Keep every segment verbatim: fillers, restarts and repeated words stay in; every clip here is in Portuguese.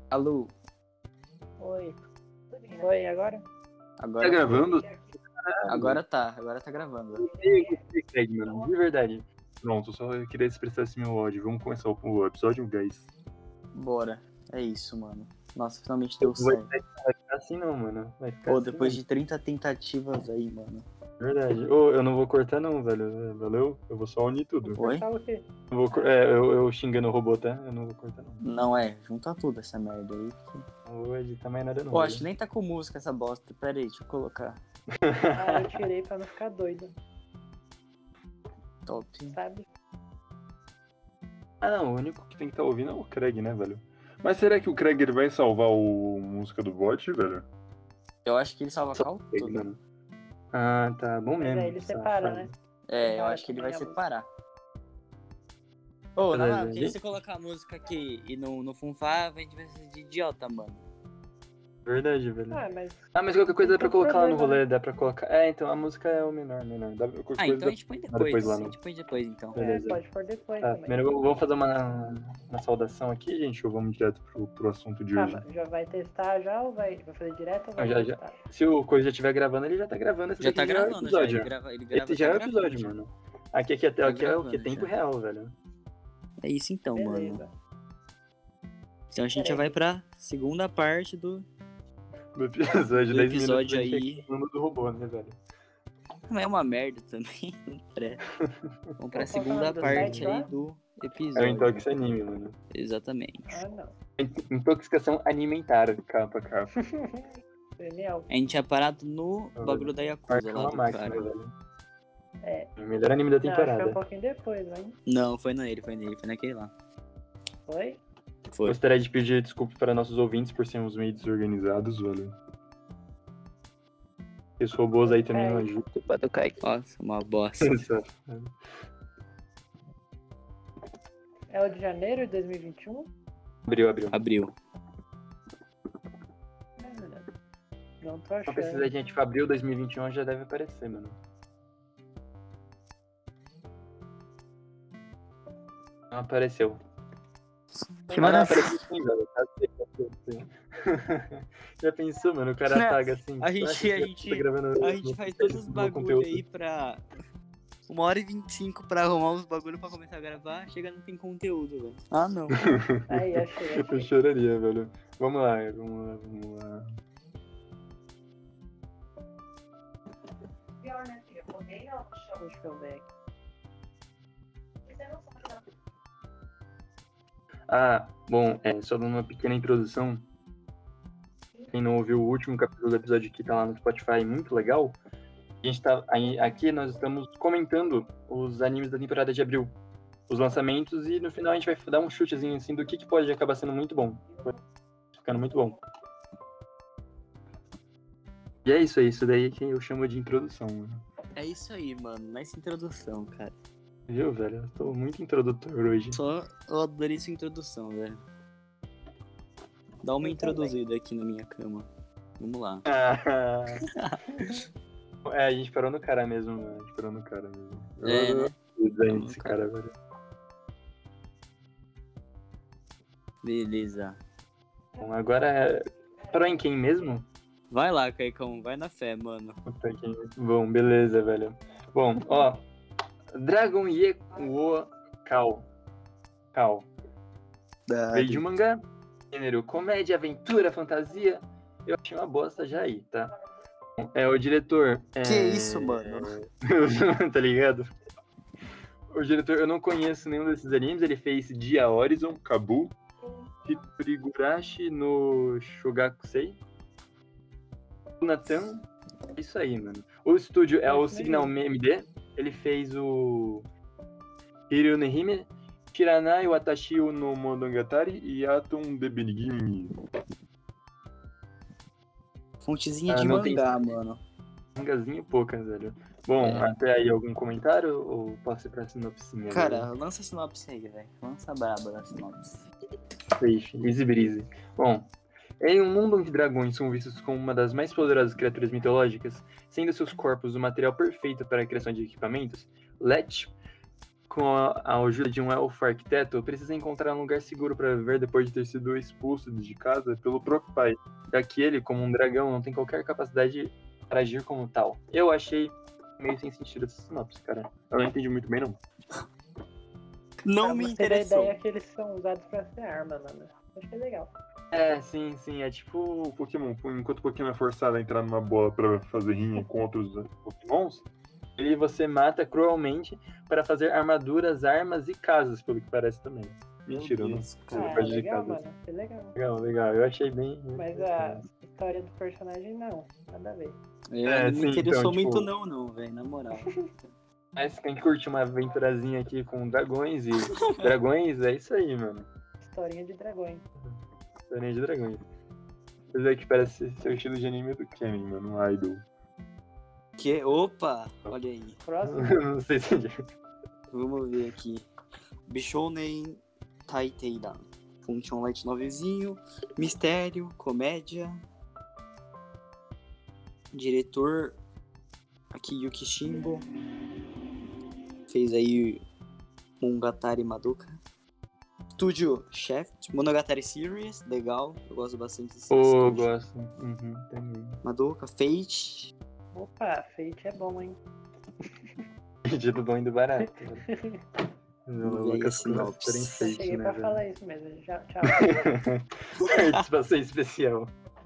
Alô? Oi. Oi, agora? Agora Tá gravando? Agora tá, agora tá gravando. E Craig, mano, de verdade. Pronto, só eu queria expressar esse meu ódio. Vamos começar o episódio dez. Bora. É isso, mano. Nossa, finalmente deu Vai, certo. vai ficar assim não, mano. Vai ficar Pô, assim depois não. de trinta tentativas aí, mano. Verdade. Ô, eu não vou cortar não, velho. Valeu? Eu vou só unir tudo. Oi? Cortar o quê? Eu vou, cor- é, eu, eu xingando o robô, tá? Eu não vou cortar não. Não é, junta tudo essa merda aí. porque- Não vou editar mais nada não. Pô, velho. acho que nem tá com música essa bosta. Pera aí, deixa eu colocar. Ah, eu tirei pra não ficar doido, Top. sabe? Ah, não. O único que tem que estar ouvindo é o Craig, né, velho? Mas será que o Craig ele vai salvar o música do bot, velho? Eu acho que ele salva cal Craig, tudo. mano. Ah, tá bom Mas mesmo. aí ele separa, safado. né? É, eu Separa acho que ele também vai a música. separar. Ô, na Beleza, moral, porque gente. se você colocar a música aqui e não, não funfar, a gente vai ser de idiota, mano. Verdade, velho. Ah, mas Ah, mas qualquer coisa dá pra Não tem colocar lá no problema, rolê, dá pra colocar. É, então a música é o menor, menor. Dá, qualquer Ah, coisa então a dá... gente põe dá depois. depois lá A no- gente põe depois, então. Beleza. é, pode pôr depois Tá, também. primeiro eu vou fazer uma, uma saudação aqui, gente, ou vamos direto pro, pro assunto de hoje? Calma, já vai testar já ou vai, vai fazer direto ou vai Ah, já, já. testar? Se o coisa já estiver gravando, ele já tá gravando. Esse Já daqui tá é o gravando, já. episódio. Ele grava, ele grava, Esse já tá é o gravando episódio, já. mano. Aqui, aqui, até, Tá aqui é o que? gravando Tempo já. real, velho. É isso então, mano. Beleza. Então a gente já Peraí. vai pra segunda parte do. Do episódio, Do dez episódio minutos a gente aí. reclamando do robô, né, velho? Mas é uma merda também, não presta. Vamos pra Qual que é o segunda nome do parte site aí lá? do É o episódio. Intox Anime, mano. Exatamente. Ah, não. Intoxicação alimentar, capa, capa. Genial. A gente tinha parado no Ah, bagulho da Yakuza Marca lá uma do máquina, cara. velho. É. O melhor anime da Não, acho que foi um temporada. pouquinho depois, hein? Não, foi nele, foi nele, foi naquele lá. Foi? Foi. Gostaria de pedir desculpa para nossos ouvintes por sermos meio desorganizados, velho. Esses robôs aí também não É. ajudam. Culpa do Kaique. Nossa, uma bosta. É o de janeiro de dois mil e vinte e um? Abriu, abriu. Abriu. Não tô Uma achando. pesquisadinha tipo abril dois mil e vinte e um já deve aparecer, mano. Não apareceu. Que Ah, não, maravilha. apareceu sim, velho. Tá certo, tá certo. Já pensou, mano? O cara Não, apaga assim. a gente- "Ah, a você gente- tá gravando A gente no- faz no- todos os no bagulho conteúdo." aí pra. Uma hora e vinte e cinco pra arrumar os bagulho pra começar a gravar, chega não tem conteúdo, velho. Ah, não. Aí, achei, Eu achei. choraria, velho. Vamos lá, vamos lá, vamos lá. Deixa eu ver aqui. Ah, bom, é, só dando uma pequena introdução. Quem não ouviu o último capítulo do episódio que tá lá no Spotify, muito legal. A gente tá, aí, aqui nós estamos comentando os animes da temporada de abril. Os lançamentos e no final a gente vai dar um chutezinho assim do que, que pode acabar sendo muito bom. Ficando muito bom. E é isso, é isso daí que eu chamo de introdução, mano. É isso aí, mano. Nessa introdução, cara. Viu, velho? Eu tô muito introdutor hoje. Só eu adorei sua introdução, velho. Dá uma Eu introduzida aqui na minha cama. Vamos lá. Ah. É, a gente parou no cara mesmo, mano. A gente parou no cara mesmo. É, né? Desenho no desse cara. cara, velho. Beleza. Bom, agora é. Parou em quem mesmo? Vai lá, Caicão. Vai na fé, mano. Puta que... Bom, beleza, velho. Bom, ó. Dragon Ye wo Kao. Kao. Veio de um mangá. Gênero comédia, aventura, fantasia. Eu achei uma bosta já aí, tá? Bom, é o diretor. É... Que isso, mano? Tá ligado? O diretor, eu não conheço nenhum desses animes. Ele fez Dia Horizon, Kabu, Hitorigurashi no Shogakusei, Nathan. É isso aí, mano. O estúdio é o Signal M D. Ele fez o Hiryu no Hime, Shiranai Watashi no Monogatari e Atom de Benigimi. Fontezinha Ah, de não tem- mangá, mano. Mangazinho poucas, velho. Bom, É. até aí algum comentário ou posso ir pra sinopsinha? Cara, velho? lança a sinopse aí, velho. Lança a braba da sinopse. Peixe, easy breezy. Bom, em um mundo onde dragões são vistos como uma das mais poderosas criaturas mitológicas, sendo seus corpos o material perfeito para a criação de equipamentos, Let com a, a ajuda de um elfo arquiteto, precisa encontrar um lugar seguro para viver depois de ter sido expulso de casa pelo próprio pai, já que ele, como um dragão, não tem qualquer capacidade para agir como tal. Eu achei meio sem sentido essa sinopse, cara. Eu não entendi muito bem, não. Não Ah, me gostei da interessou. ideia que eles são usados pra ser arma, mano. Achei legal. É, sim, sim, é tipo... O Pokémon, enquanto o Pokémon é forçado a entrar numa bola pra fazer rinha com outros Pokémons, Ele você mata cruelmente para fazer armaduras, armas e casas, pelo que parece também. Mentira, Meu não. Deus, Essa Ah, parte de legal, casas. mano. Que legal. Legal, legal. Eu achei bem... Mas a história do personagem, não. Nada a ver. É, É, não sim, me interessou então, tipo- muito não, não, velho, na moral. Mas quem curte uma aventurazinha aqui com dragões e dragões, é isso aí, mano. Historinha de dragões. História de dragões. Mas é que parece ser o estilo de anime do Kemen, mano, um idol. Que? Opa, olha aí. Próximo. Não sei se... Vamos ver aqui. Bishounen Taiteidan. Fonte um light novelzinho. Mistério, comédia. Diretor aqui Yuki Shimbo. Fez aí Monogatari Madoka. Estúdio Shaft, Monogatari Series, legal. Eu gosto bastante desse Pô, eu estúdio. gosto. Uhum, também. Madoka, Fate. Opa, Fate é bom, hein? Pedido bom e do barato. Velho. Vamos ver aí a Lucas sinopse. Cluster em Eu Fate, cheguei né, pra velho? falar isso mesmo. Já, tchau. Participação especial.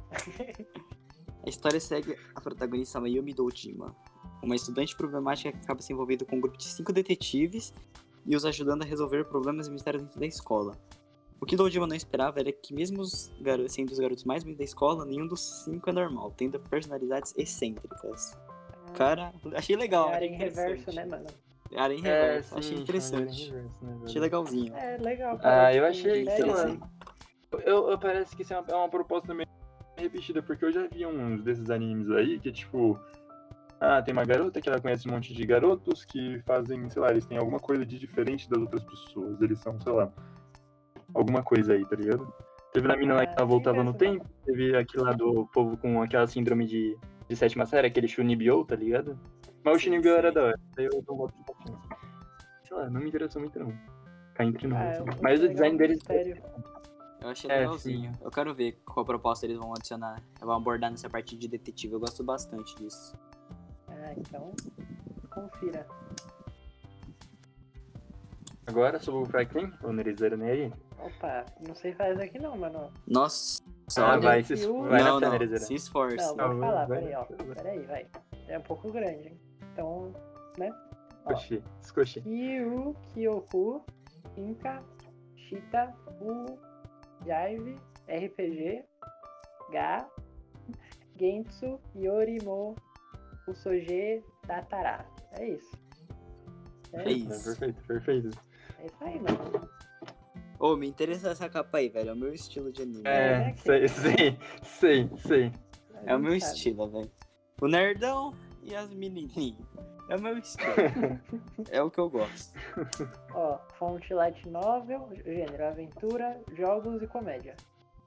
A história segue a protagonista Mayumi Dojima, uma estudante problemática que acaba se envolvendo com um grupo de cinco detetives e os ajudando a resolver problemas e mistérios dentro da escola. O que Dojima não esperava era que, mesmo os garo- sendo os garotos mais bonitos da escola, nenhum dos cinco é normal, tendo personalidades excêntricas. Cara, achei legal. É achei em reverso, interessante. né, mano? Área em É, reverso, sim, achei chama de interessante. reverso, né, velho? Achei legalzinho. É legal. Ah, parece eu que achei, sei deve lá. ser. Eu, eu parece que isso é uma, é uma proposta meio repetida, porque eu já vi uns desses animes aí que, tipo, ah, tem uma garota que ela conhece um monte de garotos que fazem, sei lá, eles têm alguma coisa de diferente das outras pessoas. Eles são, sei lá, alguma coisa aí, tá ligado? Teve na mina lá que Ah, ela voltava tem no mesmo, tempo, teve aquele lá do povo com aquela síndrome de, de sétima série, aquele Shunibyo, tá ligado? Mas o Sim, Shunibyo sim. era da hora, daí eu não gosto de confiança. Sei lá, não me interessou muito não. Cá entre nós. Ah, assim. eu Mas o achei design legal, deles... mistério. Eu achei É, legalzinho. Eu quero ver qual proposta eles vão adicionar. Vão abordar nessa parte de detetive. Eu gosto bastante disso. Ah, então. Confira. Agora, sobre pra quem? O Nerizero Neri? Opa, não sei fazer aqui não, mano. Nossa, Ah, olha. vai, se, Yu- vai não, na fé, não, Nerizero. se esforce. Não, Ah, vou vai, falar, vai, peraí, ó. vai. Peraí, vai. É um pouco grande, hein? Então, né? Escoxi, escoxi. Kyu, Kyoku, Inka, Shita, U, Jive, R P G, Ga, Gentsu, Yorimo, Usoge, Tatara. É isso. É É, isso. É, perfeito, perfeito. é isso aí, mano. Ô, me interessa essa capa aí, velho. É o meu estilo de anime. É, É, né, sei, que- sei, sei, sei. A É o gente meu sabe. estilo, velho. O nerdão e as menininhas. É o meu estilo. É o que eu gosto. Ó, fonte light novel, gênero aventura, jogos e comédia.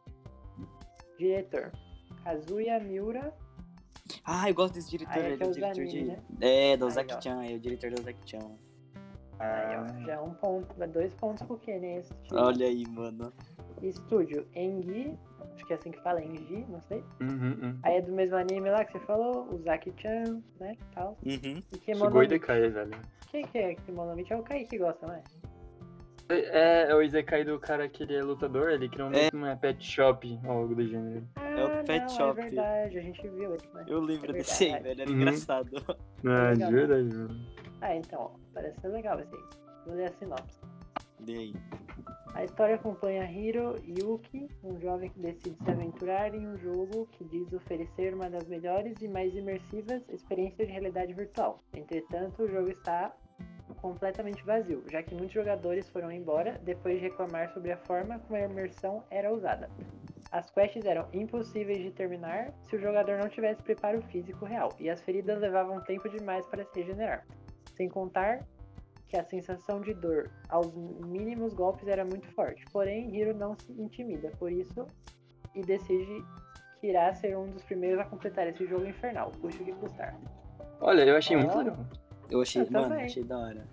Diretor: Kazuya Miura. Ah, eu gosto desse diretor. Aí é ele que é é o os diretor anime, de... né? É, do Aí, Zaki-chan. É o diretor do Zaki-chan. Aí, Ah, ó, já é um ponto, vai dois pontos pro Kenny esse time. Olha aí, mano. Estúdio Engi, acho que é assim que fala, Engi, não sei. uhum, uhum. Aí é do mesmo anime lá que você falou, o Zaki-chan, né, tal. Uhum. E Sugoi Kemonomichi. Dekai, velho. Quem que é Kemonomichi? É o Kaique que gosta, né? É, é o Izekai do cara que ele é lutador, ele criou É. uma pet shop ou algo do gênero. Ah, o Pet não, Shop. é verdade, a gente viu ele, né? Eu lembro É desse aí, verdade. velho. Era Uhum. engraçado. Ah, de legal. verdade, mano. Ah, então, ó, parece ser legal esse aí. Vou ler a sinopse. E aí? A história acompanha Hiro Yuki, um jovem que decide se aventurar em um jogo que diz oferecer uma das melhores e mais imersivas experiências de realidade virtual. Entretanto, o jogo está completamente vazio, já que muitos jogadores foram embora depois de reclamar sobre a forma como a imersão era usada. As quests eram impossíveis de terminar se o jogador não tivesse preparo físico real, e as feridas levavam tempo demais para se regenerar. Sem contar que a sensação de dor aos mínimos golpes era muito forte. Porém, Hiro não se intimida por isso e decide que irá ser um dos primeiros a completar esse jogo infernal, custe o que custar. Olha, eu achei Ó. muito legal. Eu achei, Eu mano, também. achei da hora.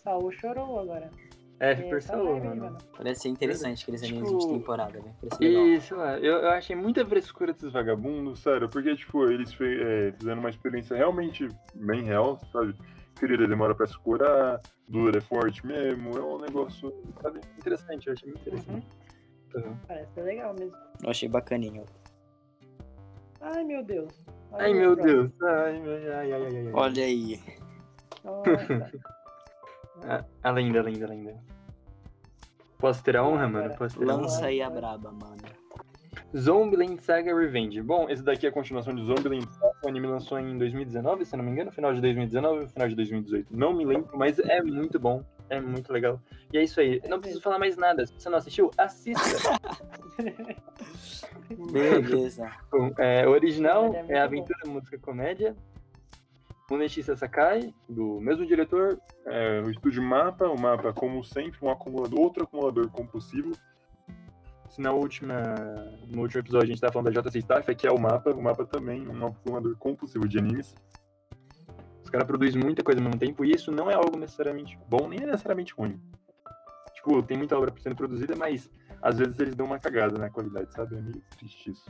Saul chorou agora. É, É, Reaper tá Saul, leve, mano. mano. Parece ser interessante aqueles Tipo, animes de temporada, velho. Parece legal. E, sei lá, eu, eu achei muita frescura desses vagabundos, sério, porque, tipo, eles fe- é, fizeram uma experiência realmente bem real, sabe? Ferida demora pra se curar, dor é forte mesmo, é um negócio, sabe? Interessante, eu achei muito interessante. Uhum. Parece ser legal mesmo. Eu achei bacaninho. Ai, meu Deus. Olha Ai, o meu drop. Deus. Ai, ai, ai, ai, ai, ai. Olha aí. Nossa. Ah, a lenda, a lenda, a lenda. Posso ter a honra, Agora, mano? Posso ter a honra? Lança aí a braba, mano. Zombieland Saga Revenge. Bom, esse daqui é a continuação de Zombieland Saga. O anime lançou em dois mil e dezenove, se não me engano. Final de dois mil e dezenove, final de dois mil e dezoito. Não me lembro, mas é muito bom. É muito legal. E é isso aí. Não preciso falar mais nada. Se você não assistiu, assista. Beleza. Bom, é, o original Ele é muito é Aventura, Música, Comédia. Muneshi Sakai, Do mesmo diretor, é, o estúdio Mapa, o Mapa, como sempre, um acumulador, outro acumulador compulsivo. Se na última, no último episódio a gente tava falando da J C Staff, Aqui é o Mapa, o Mapa também, um acumulador compulsivo de animes. os caras produzem muita coisa ao mesmo tempo, e isso não é algo necessariamente bom, nem é necessariamente ruim. Tipo, tem muita obra sendo produzida, mas às vezes eles dão uma cagada na qualidade, sabe? É meio triste isso.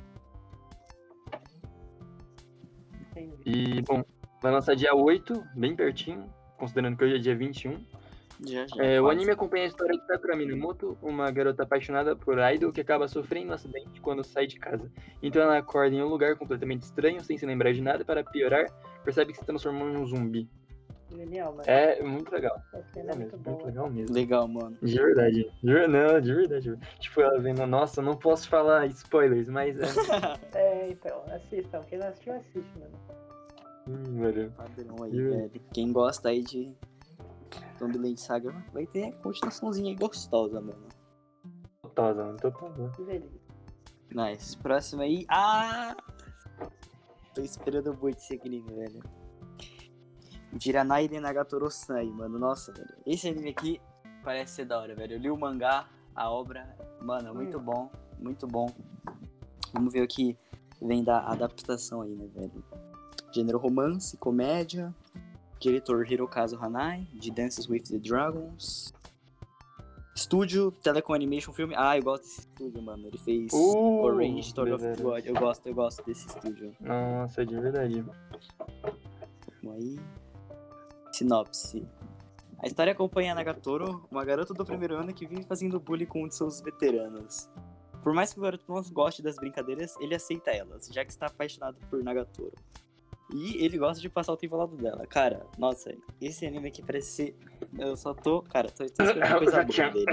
Entendi. E, bom, vai lançar dia oito, bem pertinho, considerando que hoje é dia vinte e um. Já, já. É, o quase. anime acompanha a história de Sakura Minamoto, uma garota apaixonada por idol que acaba sofrendo um acidente quando sai de casa. Então ela acorda em um lugar completamente estranho, sem se lembrar de nada, e para piorar, percebe que se transformou em um zumbi. Genial, mano. É muito legal. Essa cena é É muito mesmo, boa. muito legal mesmo. Legal, mano. De verdade. De, ver- não, de verdade. Tipo, ela vendo, nossa, não posso falar spoilers, mas é. É, então, assistam. Quem não assistiu, assiste, mano. hum, velho. Padrão aí, E o- velho. Quem gosta aí de Zombieland Saga vai ter continuaçãozinha aí gostosa, mano. Totosa, mano, totosa. Que delícia. Nice. Próximo aí. Ah! Tô esperando muito esse anime, velho. Jiranai de Nagatoro-san aí, mano. Nossa, velho. Esse anime aqui parece ser da hora, velho. Eu li o mangá, a obra. Mano, é muito Hum. bom. Muito bom. Vamos ver o que vem da adaptação aí, né, velho. Gênero romance, comédia. Diretor Hirokazu Hanai, de Dances with the Dragons. Estúdio, Telecom Animation Film. Ah, eu gosto desse estúdio, mano. Ele fez Uh, Orange, Story of beleza. Blood. Eu gosto, eu gosto desse estúdio. Nossa, de verdade. Vamos aí. Sinopse. A história acompanha a Nagatoro, uma garota do primeiro ano que vive fazendo bullying com um de seus veteranos. Por mais que o garoto não goste das brincadeiras, ele aceita elas, já que está apaixonado por Nagatoro. E ele gosta de passar o tempo ao lado dela. Cara, nossa, esse anime aqui parece ser... Eu só tô... Cara, tô, tô esperando coisa boa dele.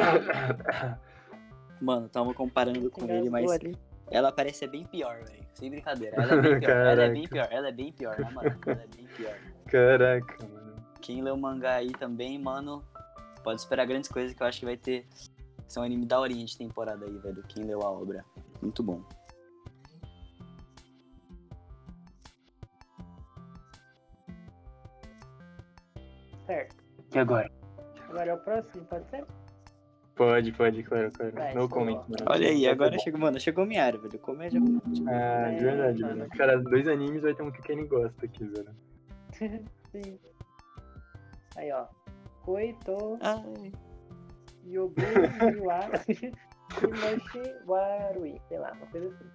Mano, tava comparando com ele, mas Engasgou ali. ela parece ser bem pior, velho. Sem brincadeira. Ela é bem pior. Ela é bem pior. Ela é bem pior, né, mano? Ela é bem pior. Caraca, mano. Quem lê o mangá aí também, mano, pode esperar grandes coisas que eu acho que vai ter. Esse é um anime daorinha de temporada aí, velho. Quem leu a obra. Muito bom. Certo. E agora? Agora é o próximo, pode ser? Pode, pode, claro, claro. Vai, No foi comment, bom. mano. Olha aí, Tá agora bom. chegou, mano, chegou minha área, velho. Comédia, comédia. Ah, de É, verdade, mano. mano. Cara, dois animes vai ter um que quem gosta aqui, velho. Sim. Aí, ó. Koito Ai, Yobu Niwa Shimoshi Warui. Sei lá, uma coisa assim.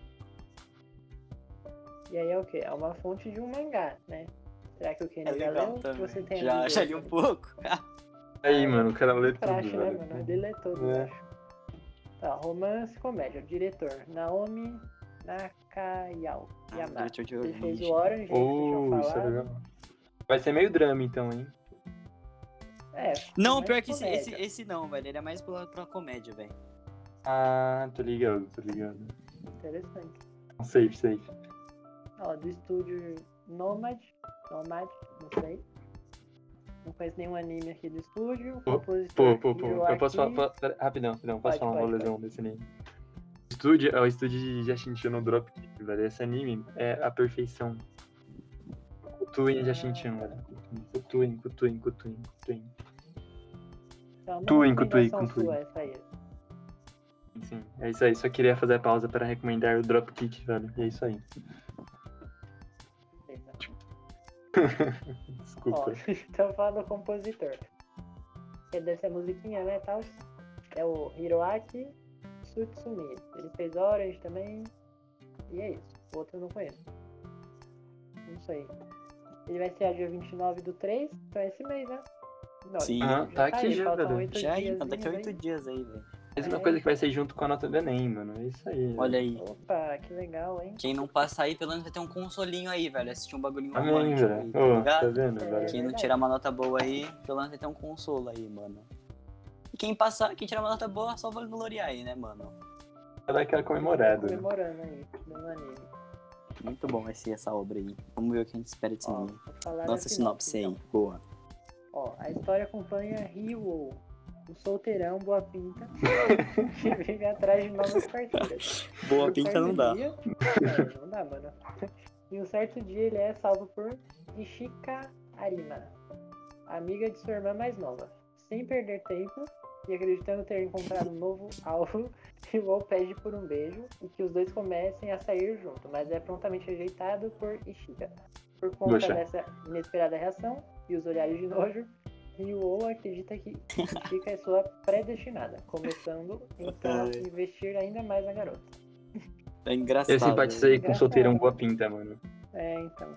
E aí é o quê? É uma fonte de um mangá, né? Será que o Kenny é já legal leu? O que também. você tem a Já, dizer já li um sobre? pouco. Aí, mano, o cara lê tudo, Praxe, né, velho. mano? Ele lê todo, eu É. acho. Tá, romance, comédia. O diretor, Naomi Nakayao Ah, Yamada. diretor de Ele fez origem. o Orange, que vocês tinham Oh, isso é falado. legal. Vai ser meio drama, então, hein? É, Não, mais pior que esse, comédia. esse, esse não, velho. Ele é mais pra, pra comédia, velho. Ah, tô ligado, tô ligado. Interessante. Safe, safe. Ó, do estúdio Nomad. Nomad, não sei. Não conheço nenhum anime aqui do estúdio. Pô, Compositor Pô, pô, pô. Hiroaki. Eu posso falar. fa- pera, rapidão, rapidão. Posso Pode, falar uma pode, lesão desse anime? O estúdio é o estúdio de Jashinchan no Dropkick, velho. Esse anime é a perfeição. Kutuin Jashinchan, velho. Kutuin, Kutuin, Kutuin, Kutuin. Então, uma Tuin, recomendação Kutuin, Kutuin. sua essa aí. Sim, é isso aí. Só queria fazer a pausa para recomendar o Dropkick, velho. E é isso aí. Beleza. Desculpa. Ó, então falando do compositor. que deve ser a musiquinha, né, tal. É o Hiroaki Tsutsumi. Ele fez Orange também. E é isso. O outro eu não conheço. Não sei. Ele vai ser dia vinte e nove do três, então é esse mês, né? Não, Sim. Ah, tá aqui aí, já, faltam velho. oito Já aí, dias. daqui a oito dias aí, velho. Mesma É. coisa que vai ser junto com a nota do Enem, mano. É isso aí. Olha aí. Opa, que legal, hein? Quem não passa aí, pelo menos vai ter um consolinho aí, velho. Assistir um bagulhinho Amém, romântico velho. aí, tá Ô, tá ligado? vendo, É. velho? Quem não verdade. tirar uma nota boa aí, pelo menos vai ter um consolo aí, mano. E quem passar, quem tirar uma nota boa, só vai gloriar aí, né, mano? Vai dar aquela comemorada. né? Comemorando aí, no anime. Muito bom esse, essa obra aí. Vamos ver o que a gente espera desse Ó, anime. vou falar da Nossa sinopse aí, então. boa. Ó, a história acompanha Ryo, um solteirão boa pinta, que vive atrás de novas partidas. Boa Um pinta certo não dá. dia- É, não dá, mano. E um certo dia ele é salvo por Ishika Arima, amiga de sua irmã mais nova. Sem perder tempo e acreditando ter encontrado um novo alvo, Ryo pede por um beijo e que os dois comecem a sair junto, mas é prontamente rejeitado por Ishika. Por conta Poxa. dessa inesperada reação e os olhares de nojo, Ryo acredita que Ishika é sua predestinada, começando então a Ai. investir ainda mais na garota. É engraçado. Eu simpatizei com o Engraçado. solteirão boa pinta, mano. É, então.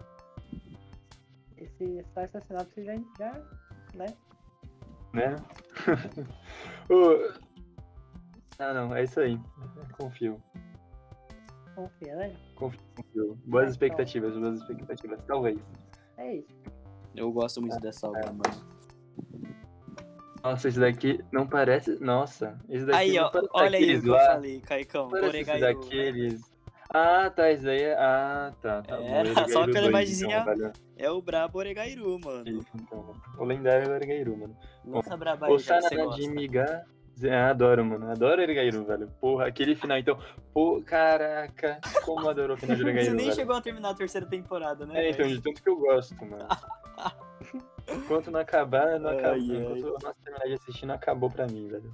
Esse, só essa sinopse já, já né? Né? Ô, Ah, não, é isso aí. Confio. Confia, né? Confio, confio. Boas É, expectativas, boas expectativas. Talvez. É isso. Eu gosto muito dessa obra, mano. Nossa, esse daqui não parece. Nossa, esse daqui Aí, não ó, parece olha aí o daqueles que eu lá. falei, Caicão. Parece esse Oregairu, daqueles. Ah, tá, esse daí é. Ah, tá. tá É, bom, só Oregairu pela dois, imagenzinha- então, velho. É o brabo Oregairu, mano. Isso, então. O lendário Oregairu, mano. Lança braba aí, já que você Osana gosta. de Miga. Ah, adoro, mano. Adoro Oregairu, velho. Porra, aquele final, então. Pô, caraca, como adorou o final de Oregairu. Você nem velho. chegou a terminar a terceira temporada, né? É, então, velho? de tanto que eu gosto, mano. Enquanto não acabar, não Ai, acaba. ai. Enquanto eu não terminar de assistir, não acabou pra mim, velho.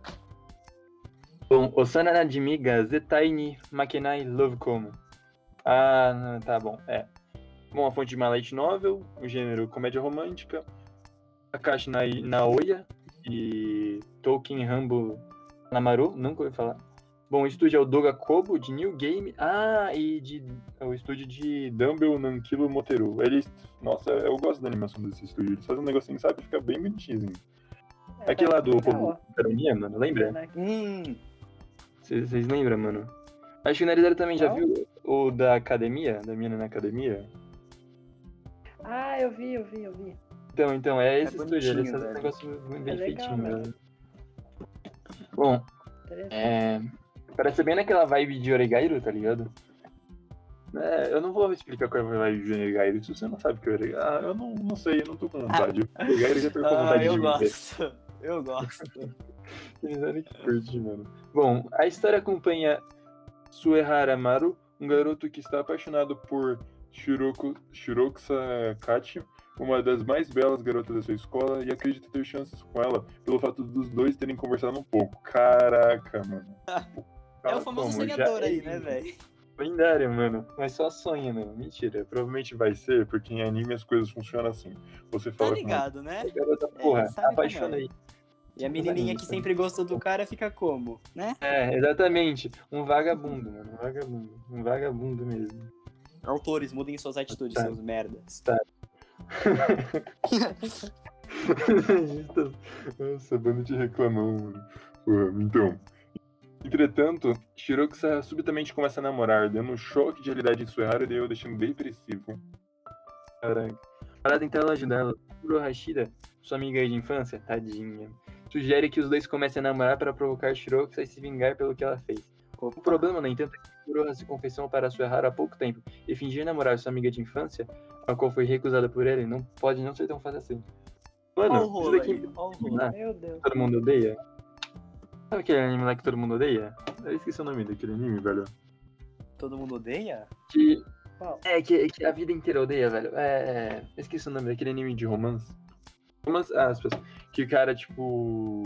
Bom, Osana Najimi ga Zetai ni Makenai Love Como. Ah, não, tá bom, é. Bom, a fonte de uma light novel, o gênero comédia romântica, Takashi Nai- Naoya e Tolkien Rambo Namaru, nunca ouvi falar. Bom, o estúdio é o Doga Kobo, de New Game. Ah, e de, é o estúdio de Dumbbell Nankilo Moteru. Eles, nossa, eu gosto da animação desse estúdio. Eles fazem um negocinho, sabe? Fica bem bonitinho. assim. É, Aquele lá do legal, Kobo Caronia, mano, lembra? né? Hum, Vocês vocês lembram, mano? Acho que o Narizário também já Qual? viu o da academia, da menina na academia. Ah, eu vi, eu vi, eu vi. Então, então, é esse bonitinho, estúdio, eles fazem um velho. negócio bem É legal, feitinho, velho. velho. Bom, Interessante. é... Parece bem naquela vibe de Oregairu, tá ligado? É, eu não vou explicar qual é a vibe de Oregairu, se você não sabe o que é Oregairu. Ah, eu não, não sei, eu não tô com vontade. Oregairu já tô com ah, vontade eu de ver. gosto. Eu gosto. Olha que curte, mano. Bom, a história acompanha Suehara Maru, um garoto que está apaixonado por Shiroko, Shiroksa Kachi, uma das mais belas garotas da sua escola, e acredita ter chances com ela pelo fato dos dois terem conversado um pouco. Caraca, mano. É o famoso Como? Já sonhador aí, é né, velho? lendário, mano. Mas só sonha, mano. Mentira. Provavelmente vai ser, porque em anime as coisas funcionam assim. Você Tá fala com ligado, né? uma garota, É, porra, sabe como apaixonei. E a menininha que sempre gostou do cara fica como, né? É, exatamente. Um vagabundo, mano. Um vagabundo. Um vagabundo mesmo. Autores, mudem suas atitudes, Tá. seus merdas. Nossa, bando de reclamão, mano. Porra, então. Entretanto, Shiroksa subitamente começa a namorar, dando um choque de realidade em Suehara e daí eu deixando depressivo. Caraca. Para tentar ajudar ela, Kuro Hashida, sua amiga aí de infância, tadinha, sugere que os dois comecem a namorar para provocar Shiroksa e se vingar pelo que ela fez. O problema, no entanto, é que Kuroha se confessou para Suehara há pouco tempo e fingir namorar sua amiga de infância, a qual foi recusada por ele, não pode não ser tão fácil assim. Olha o Mano, isso rolo daqui aí, olha o rolo. Ah, Meu Deus. todo mundo odeia? Sabe aquele anime lá que todo mundo odeia? Eu esqueci o nome daquele anime, velho. Todo mundo odeia? Que. Qual? É, que, que a vida inteira odeia, velho. É, é. Eu esqueci o nome daquele anime de romance. Romance, aspas. Que o cara, tipo.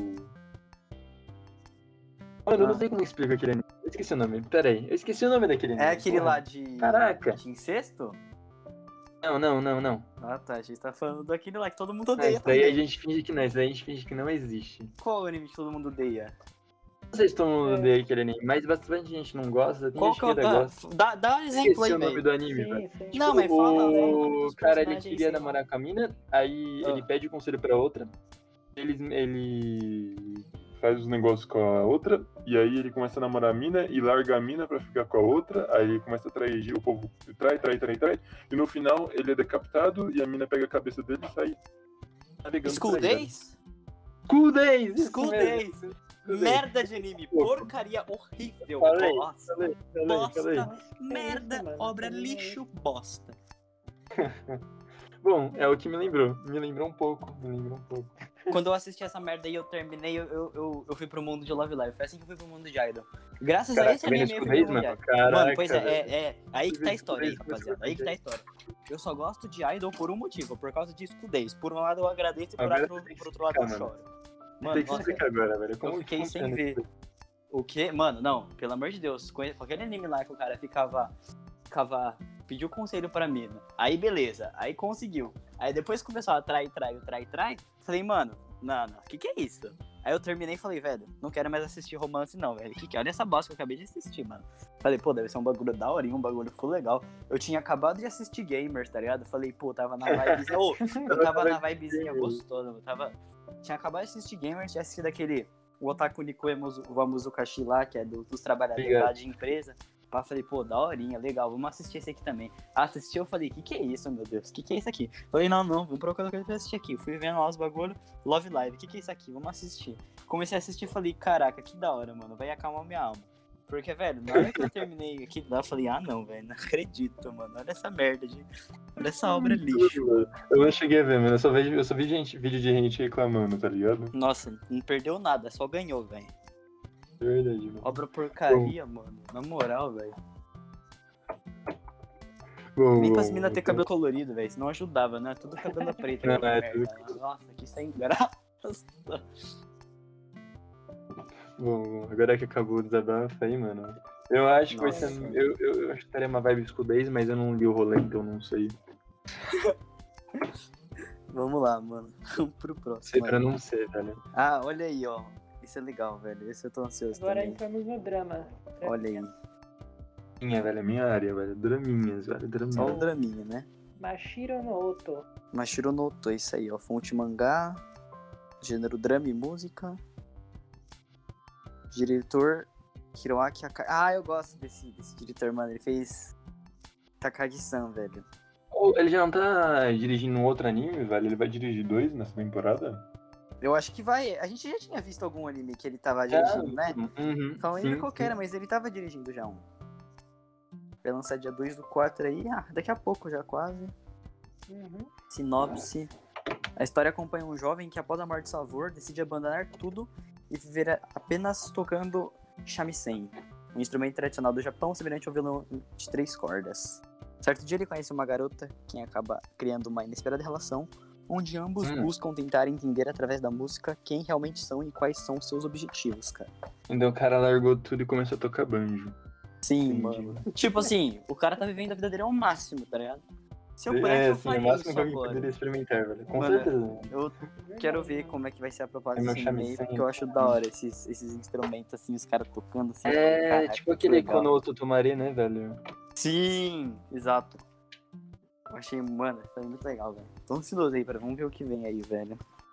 Mano, eu não Ah. sei como explica aquele anime. Eu esqueci o nome. Pera aí, eu esqueci o nome daquele anime. É aquele Porra. lá de. Caraca. De incesto? Não, não, não, não. Ah, tá. A gente tá falando daquele lá que todo mundo Não, odeia isso daí a também. gente finge que não, isso daí a gente finge que não existe. Qual anime que todo mundo odeia? Não sei se todo mundo É. odeia aquele anime, mas bastante gente não gosta, tem Qual gente que que é o... ainda Ah, gosta. dá, dá um exemplo Esqueci aí, o nome velho. do anime, velho. Sim, sim. Não, mas fala, fala o nome O dos cara, ele personagens aí, queria sei lá. namorar com a mina, aí Ah. ele pede conselho pra outra. Ele, ele faz os negócios com a outra, e aí ele começa a namorar a mina e larga a mina pra ficar com a outra, aí ele começa a trair, o povo trai, trai, trai, trai, e no final ele é decapitado e a mina pega a cabeça dele e sai navegando School por aí, velho. Days? School Days! isso School mesmo. Days! School Days. Merda de anime, Pô, porcaria horrível, Falei, bosta, falei, falei, bosta, falei. Nossa, que merda, isso, mano? obra Que anime é lixo, bosta. Bom, é o que me lembrou. Me lembrou um pouco, me lembrou um pouco. Quando eu assisti essa merda aí, eu terminei, eu, eu, eu, eu fui pro mundo de Love Live. Foi assim que eu fui pro mundo de Idol. Graças a Caraca, esse vendo anime, eu School fui Days, pro mundo de mano? Idol. Caraca, Mano, pois é, velho. é, é. Aí que tá a história aí, School Days, rapaziada. Aí que tá a história. Eu só gosto de Idol por um motivo, por causa de School Days. Por um lado eu agradeço e por, Agora outro, você tem que por outro lado eu explicar, choro. Tem Mano, que nossa, explicar agora, velho. Como eu que fiquei sem funciona ver. isso? O quê? Mano, não, pelo amor de Deus, com com aquele anime lá que o cara ficava. ficava. Pediu conselho pra mina. Aí beleza, aí conseguiu. Aí depois começou a trai, trai, trai, trai. Falei, mano, não, não, que que é isso? Aí eu terminei e falei, velho, não quero mais assistir romance não, velho. Que que é? Olha essa bosta que eu acabei de assistir, mano. Falei, pô, deve ser um bagulho daorinho, um bagulho full legal. Eu tinha acabado de assistir Gamers, tá ligado? Falei, pô, tava na vibezinha. Ô, eu tava na vibezinha gostosa, eu tava. Tinha acabado de assistir Gamers, tinha assistido aquele. O Otaku Nico Wamuzukashi lá, que é do- dos trabalhadores Obrigado. lá de empresa. Pá, falei, pô, daorinha, legal, vamos assistir esse aqui também. Assisti, eu falei, que que é isso, meu Deus? Que que é isso aqui? Falei, não, não, vamos procurar coisa pra assistir aqui. Fui vendo lá os bagulho, Love Live, que que é isso aqui? Vamos assistir. Comecei a assistir e falei, caraca, que da hora, mano, vai acalmar minha alma. Porque, velho, na hora que eu terminei aqui lá, eu falei, ah, não, velho, não acredito, mano, olha essa merda, de... olha essa obra lixo. Eu não cheguei a ver, mano. Eu só, vejo, eu só vi gente, vídeo de gente reclamando, tá ligado? Nossa, não perdeu nada, só ganhou, velho. É verdade, mano. Obra porcaria, mano, na moral, velho. Bom, Nem bom, pras minas ter então- cabelo colorido, velho. Senão ajudava, né? Tudo cabelo preto. Não, aquela é merda. Nossa, que sem graça. Bom, bom, agora que acabou o desabafo aí, mano. Eu acho que vai ser. Nossa. Eu, eu, eu acho que estaria uma vibe School Days, mas eu não li o rolê, então não sei. Vamos lá, mano. Vamos pro Sei próximo. pra aí. não ser, velho. Ah, olha aí, ó. Isso é legal, velho. Esse eu tô ansioso Agora também. entramos no drama. Olha aí. Minha, velho, é minha área, velho. Draminhas, velho. Draminhas. Só um draminha, né? Mashiro no Oto. Mashiro no Oto, isso aí, ó. Fonte mangá. Gênero drama e música. Diretor Hiroaki Akai. Ah, eu gosto desse, desse diretor, mano. Ele fez Takagi-san, velho. Oh, ele já não tá dirigindo um outro anime, velho? Ele vai dirigir dois nessa temporada? Eu acho que vai. A gente já tinha visto algum anime que ele tava Já? dirigindo, né? Uhum. Então ainda sim, qualquer, sim. mas ele tava dirigindo já um. Vai lançar dia dois do quatro aí. Ah, daqui a pouco já quase. Uhum. Sinopse. A história acompanha um jovem que, após a morte de seu avô, decide abandonar tudo e viver apenas tocando shamisen, um instrumento tradicional do Japão semelhante ao violão de três cordas. Certo dia ele conhece uma garota, quem acaba criando uma inesperada relação, onde ambos Hum. buscam tentar entender através da música quem realmente são e quais são seus objetivos, cara. Então o cara largou tudo e começou a tocar banjo. Sim, Entendi. mano. Tipo assim, o cara tá vivendo a vida dele ao máximo, tá ligado? Se eu É, pudesse, eu assim, o faria máximo isso que alguém agora. poderia experimentar, velho. Com Mano, certeza. Eu quero ver como é que vai ser a proposta É meu desse anime, shamisen. porque eu acho da hora esses, esses instrumentos, assim, os caras tocando, assim. É, caraca, tipo que aquele legal. Konoto Tomare, né, velho? Sim, exato. Eu achei, mano, foi muito legal, velho. Tô ansioso aí, pra vamos ver o que vem aí, velho.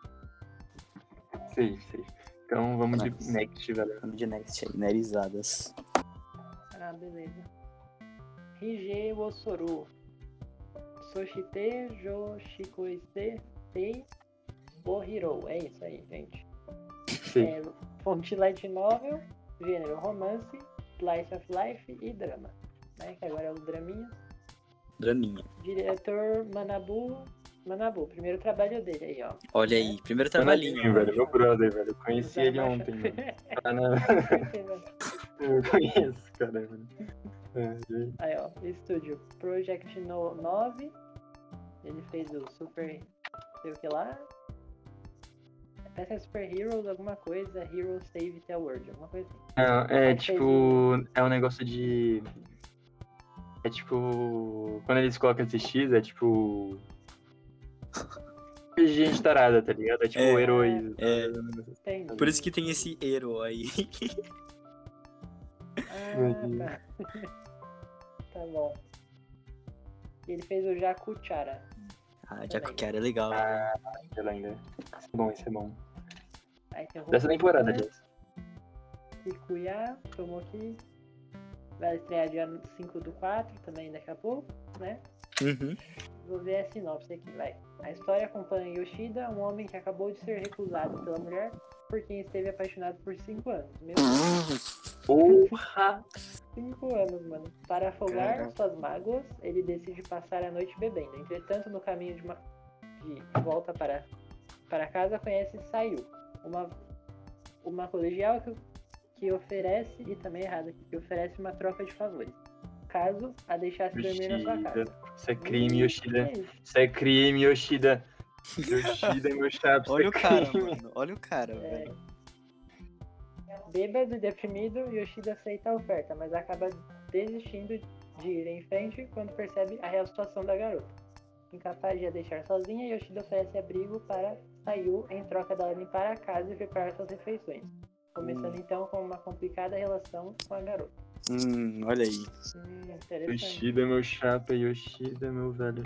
Sei, sei. Então vamos Nice. de next, velho. Vamos de next aí, nerizadas. Ah, beleza. Rige Wosoru. Soshite Joshikoise Tei Ohiro. É isso aí, gente. Sei. É, fonte light novel, gênero romance, slice of life e drama. Né? Que agora é o draminha. Draminha. Diretor Manabu. Manabu, primeiro trabalho dele aí, ó. Olha aí, primeiro Trabalhinho, trabalhinho, velho. velho. Meu brother, velho. Eu conheci Usar ele marcha- ontem, mano. Ah, não. Eu conheço, cara, mano. É, e aí? Aí, ó, estúdio Project no nove. Ele fez o Super. sei o que lá. Parece que é Super Heroes, alguma coisa. Heroes Save the World, alguma coisa assim. Não, é Mas fez tipo. É um negócio de. É tipo. Quando eles colocam esse X, é tipo. Gente tarada, tá ligado? É tipo É, heróis. é. Entendi. Por isso que tem esse Ero aí. Ah, tá. Tá bom. E ele fez o Jacuchara. Ah, Jacuquara é legal. né? Ah, ainda, ainda. Esse é bom, esse é bom. Aí tem o Dessa temporada, Rokugana, aliás. Kikuya, Tomoki. Vai estrear dia cinco do quatro, também daqui a pouco, né? Uhum. Vou ver a sinopse aqui, vai. A história acompanha Yoshida, um homem que acabou de ser recusado pela mulher por quem esteve apaixonado por cinco anos. Meu Deus, Porra! cinco anos, mano. Para afogar Caraca. suas mágoas, ele decide passar a noite bebendo. Entretanto, no caminho de, uma... de volta para... para casa, conhece Sayu, uma, uma colegial que, que oferece, e também errado aqui, que oferece uma troca de favores. Caso a deixasse dormir na sua Yoshida. casa. Isso é crime, Ih, Yoshida. que isso? Isso é crime, Yoshida. Yoshida, meu chapa, isso Olha é o cara, crime. mano. Olha o cara, É. velho. Bêbado e deprimido, Yoshida aceita a oferta, mas acaba desistindo de ir em frente quando percebe a real situação da garota. Incapaz de a deixar sozinha, Yoshida oferece abrigo para Sayu em troca dela limpar a casa e preparar suas refeições. Começando Hum. então com uma complicada relação com a garota. Hum, olha aí. Hum, interessante. Yoshida, meu chapa, Yoshida, meu velho.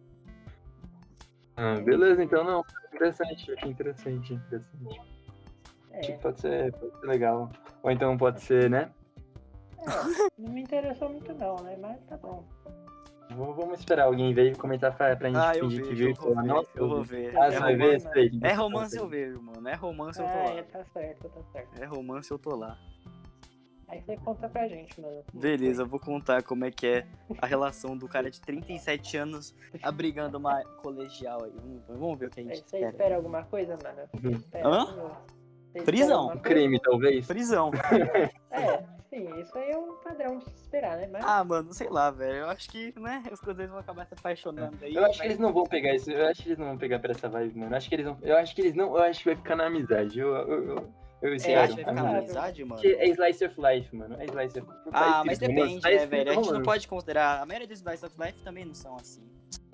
Ah, beleza, então não. Interessante, achei interessante, interessante. É, Pode ser, pode ser legal. Ou então pode ser, né? é, não me interessou muito não, né? Mas tá bom. V- Vamos esperar alguém ver e comentar pra, pra gente Ah, eu fingir que vejo, viu eu e vou falar, ver, nossa, eu vou ver. Ah, É você vai ver? romance, Sei, é romance eu vejo, mano. É romance eu tô Ah, lá. é, tá certo, tá certo. É romance eu tô lá. Aí você conta pra gente, mano. como Beleza, eu vou contar como é que é a relação do cara de trinta e sete anos abrigando uma colegial aí. Vamos, vamos ver o que a foi. gente Você espera. espera alguma coisa, mano? Uhum. Espera, Hã? senhor. Você espera Prisão. alguma Um coisa? crime, talvez. Prisão. É, sim, isso aí é um padrão de se esperar, né? Mas Ah, mano, sei lá, velho. Eu acho que, né, os coisas vão acabar se apaixonando aí. Eu acho que vai- eles não vão pegar isso. Eu acho que eles não vão pegar pra essa vibe, mano. Eu acho que eles não. Eu acho que eles não. Eu acho que vai ficar na amizade. Eu, eu, eu, eu Você espero. acha que vai ficar na amigo. amizade, mano? Porque é slice of life, mano. É slice of life. Ah, mas depende, tá né, escrito velho? A gente não romance. pode considerar. A maioria dos Slice of Life também não são assim.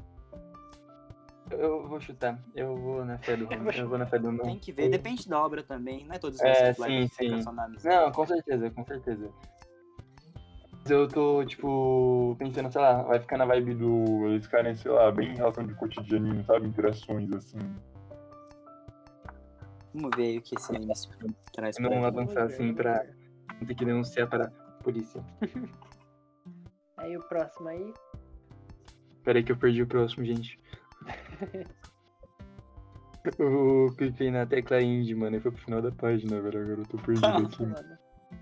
Eu vou chutar. Eu vou na fé do Eu vou romance. Eu vou na fé do não. Tem que ver, depende da obra também. Não é todos os É, Slice of sim, Life que ficam sim. só na amizade. Não, com certeza, com certeza. Mas eu tô, tipo, pensando, sei lá, Vai ficar na vibe do. Eles ficarem, sei lá, bem em relação de cotidianinho, sabe? Interações assim. Vamos ver aí o que esse anime traz pra não gente. avançar assim pra não ter que denunciar pra polícia. aí o próximo aí. Pera aí que eu perdi o próximo, gente. Eu cliquei na tecla indie, mano, e foi pro final da página, velho. Agora eu tô perdido aqui. Mano.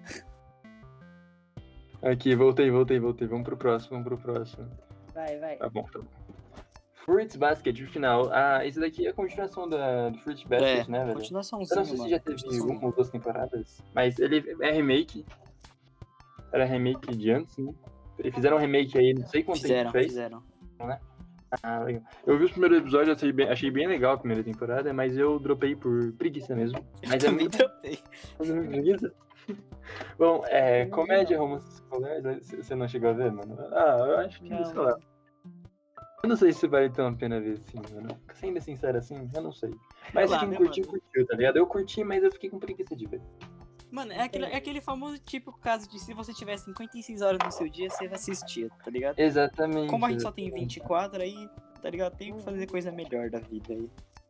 Aqui, voltei, voltei, voltei. Vamos pro próximo, vamos pro próximo. Vai, vai. Tá bom, tá bom. Fruits Basket, o final. Ah, esse daqui é a continuação da, do Fruits Basket, É, né, velho? continuaçãozinha, Eu não sei se mano. já teve continuaçãozinha. uma ou duas temporadas, mas ele é remake. Era remake de antes, né? Eles fizeram um remake aí, não sei quanto Fizeram, tempo fez. fizeram. Ah, legal. Eu vi os primeiros episódios, achei bem, achei bem legal a primeira temporada, mas eu dropei por preguiça mesmo. Mas é Também muito tropei. preguiça. Bom, é, Não, comédia, não. romance escolar, você não chegou a ver, mano? Ah, eu acho que, Não, sei lá. Eu não sei se vale tão a pena ver assim, mano. Sendo sincero assim, eu não sei. Mas lá, quem né, curtiu, mano? curtiu, tá ligado? Eu curti, mas eu fiquei com preguiça de ver. Mano, é aquele, é aquele famoso típico caso de se você tiver cinquenta e seis horas no seu dia, você vai assistir, tá ligado? Exatamente. Como a gente só tem exatamente. vinte e quatro aí, tá ligado? Tem que fazer coisa melhor da vida aí.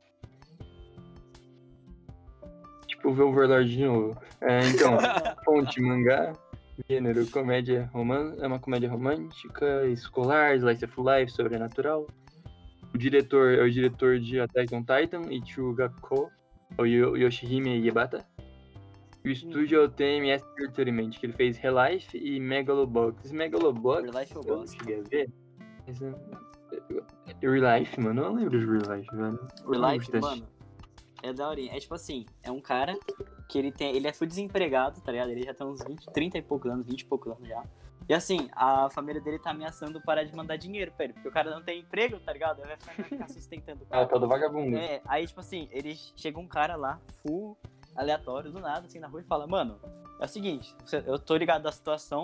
Tipo, ver o Overlord de novo. É, então, não. fonte, mangá, gênero, comédia romântica, é uma comédia romântica, escolar, slice of life, sobrenatural. O diretor é o diretor de Attack on Titan, Ichigo Gakko, o Yo- Yoshihime Yebata. E o estúdio é o T M S Entertainment, que ele fez Relife e Megalobox. Megalobox, Relife eu eu não gosto. cheguei a ver. Mas, é, Relife, mano, eu não lembro de Relife, velho. Real Life, Não lembro mano, é daorinha. É tipo assim, é um cara que ele tem. Ele é foi desempregado, tá ligado? Ele já tem uns vinte, trinta e poucos anos, vinte e poucos anos já. E assim, a família dele tá ameaçando parar de mandar dinheiro pra ele, porque o cara não tem emprego, tá ligado? Ele vai ficar, vai ficar sustentando o Ah, cara. o tal do vagabundo. É, aí tipo assim, ele chega um cara lá, full aleatório, do nada, assim, na rua e fala, mano, é o seguinte, você- eu tô ligado da situação,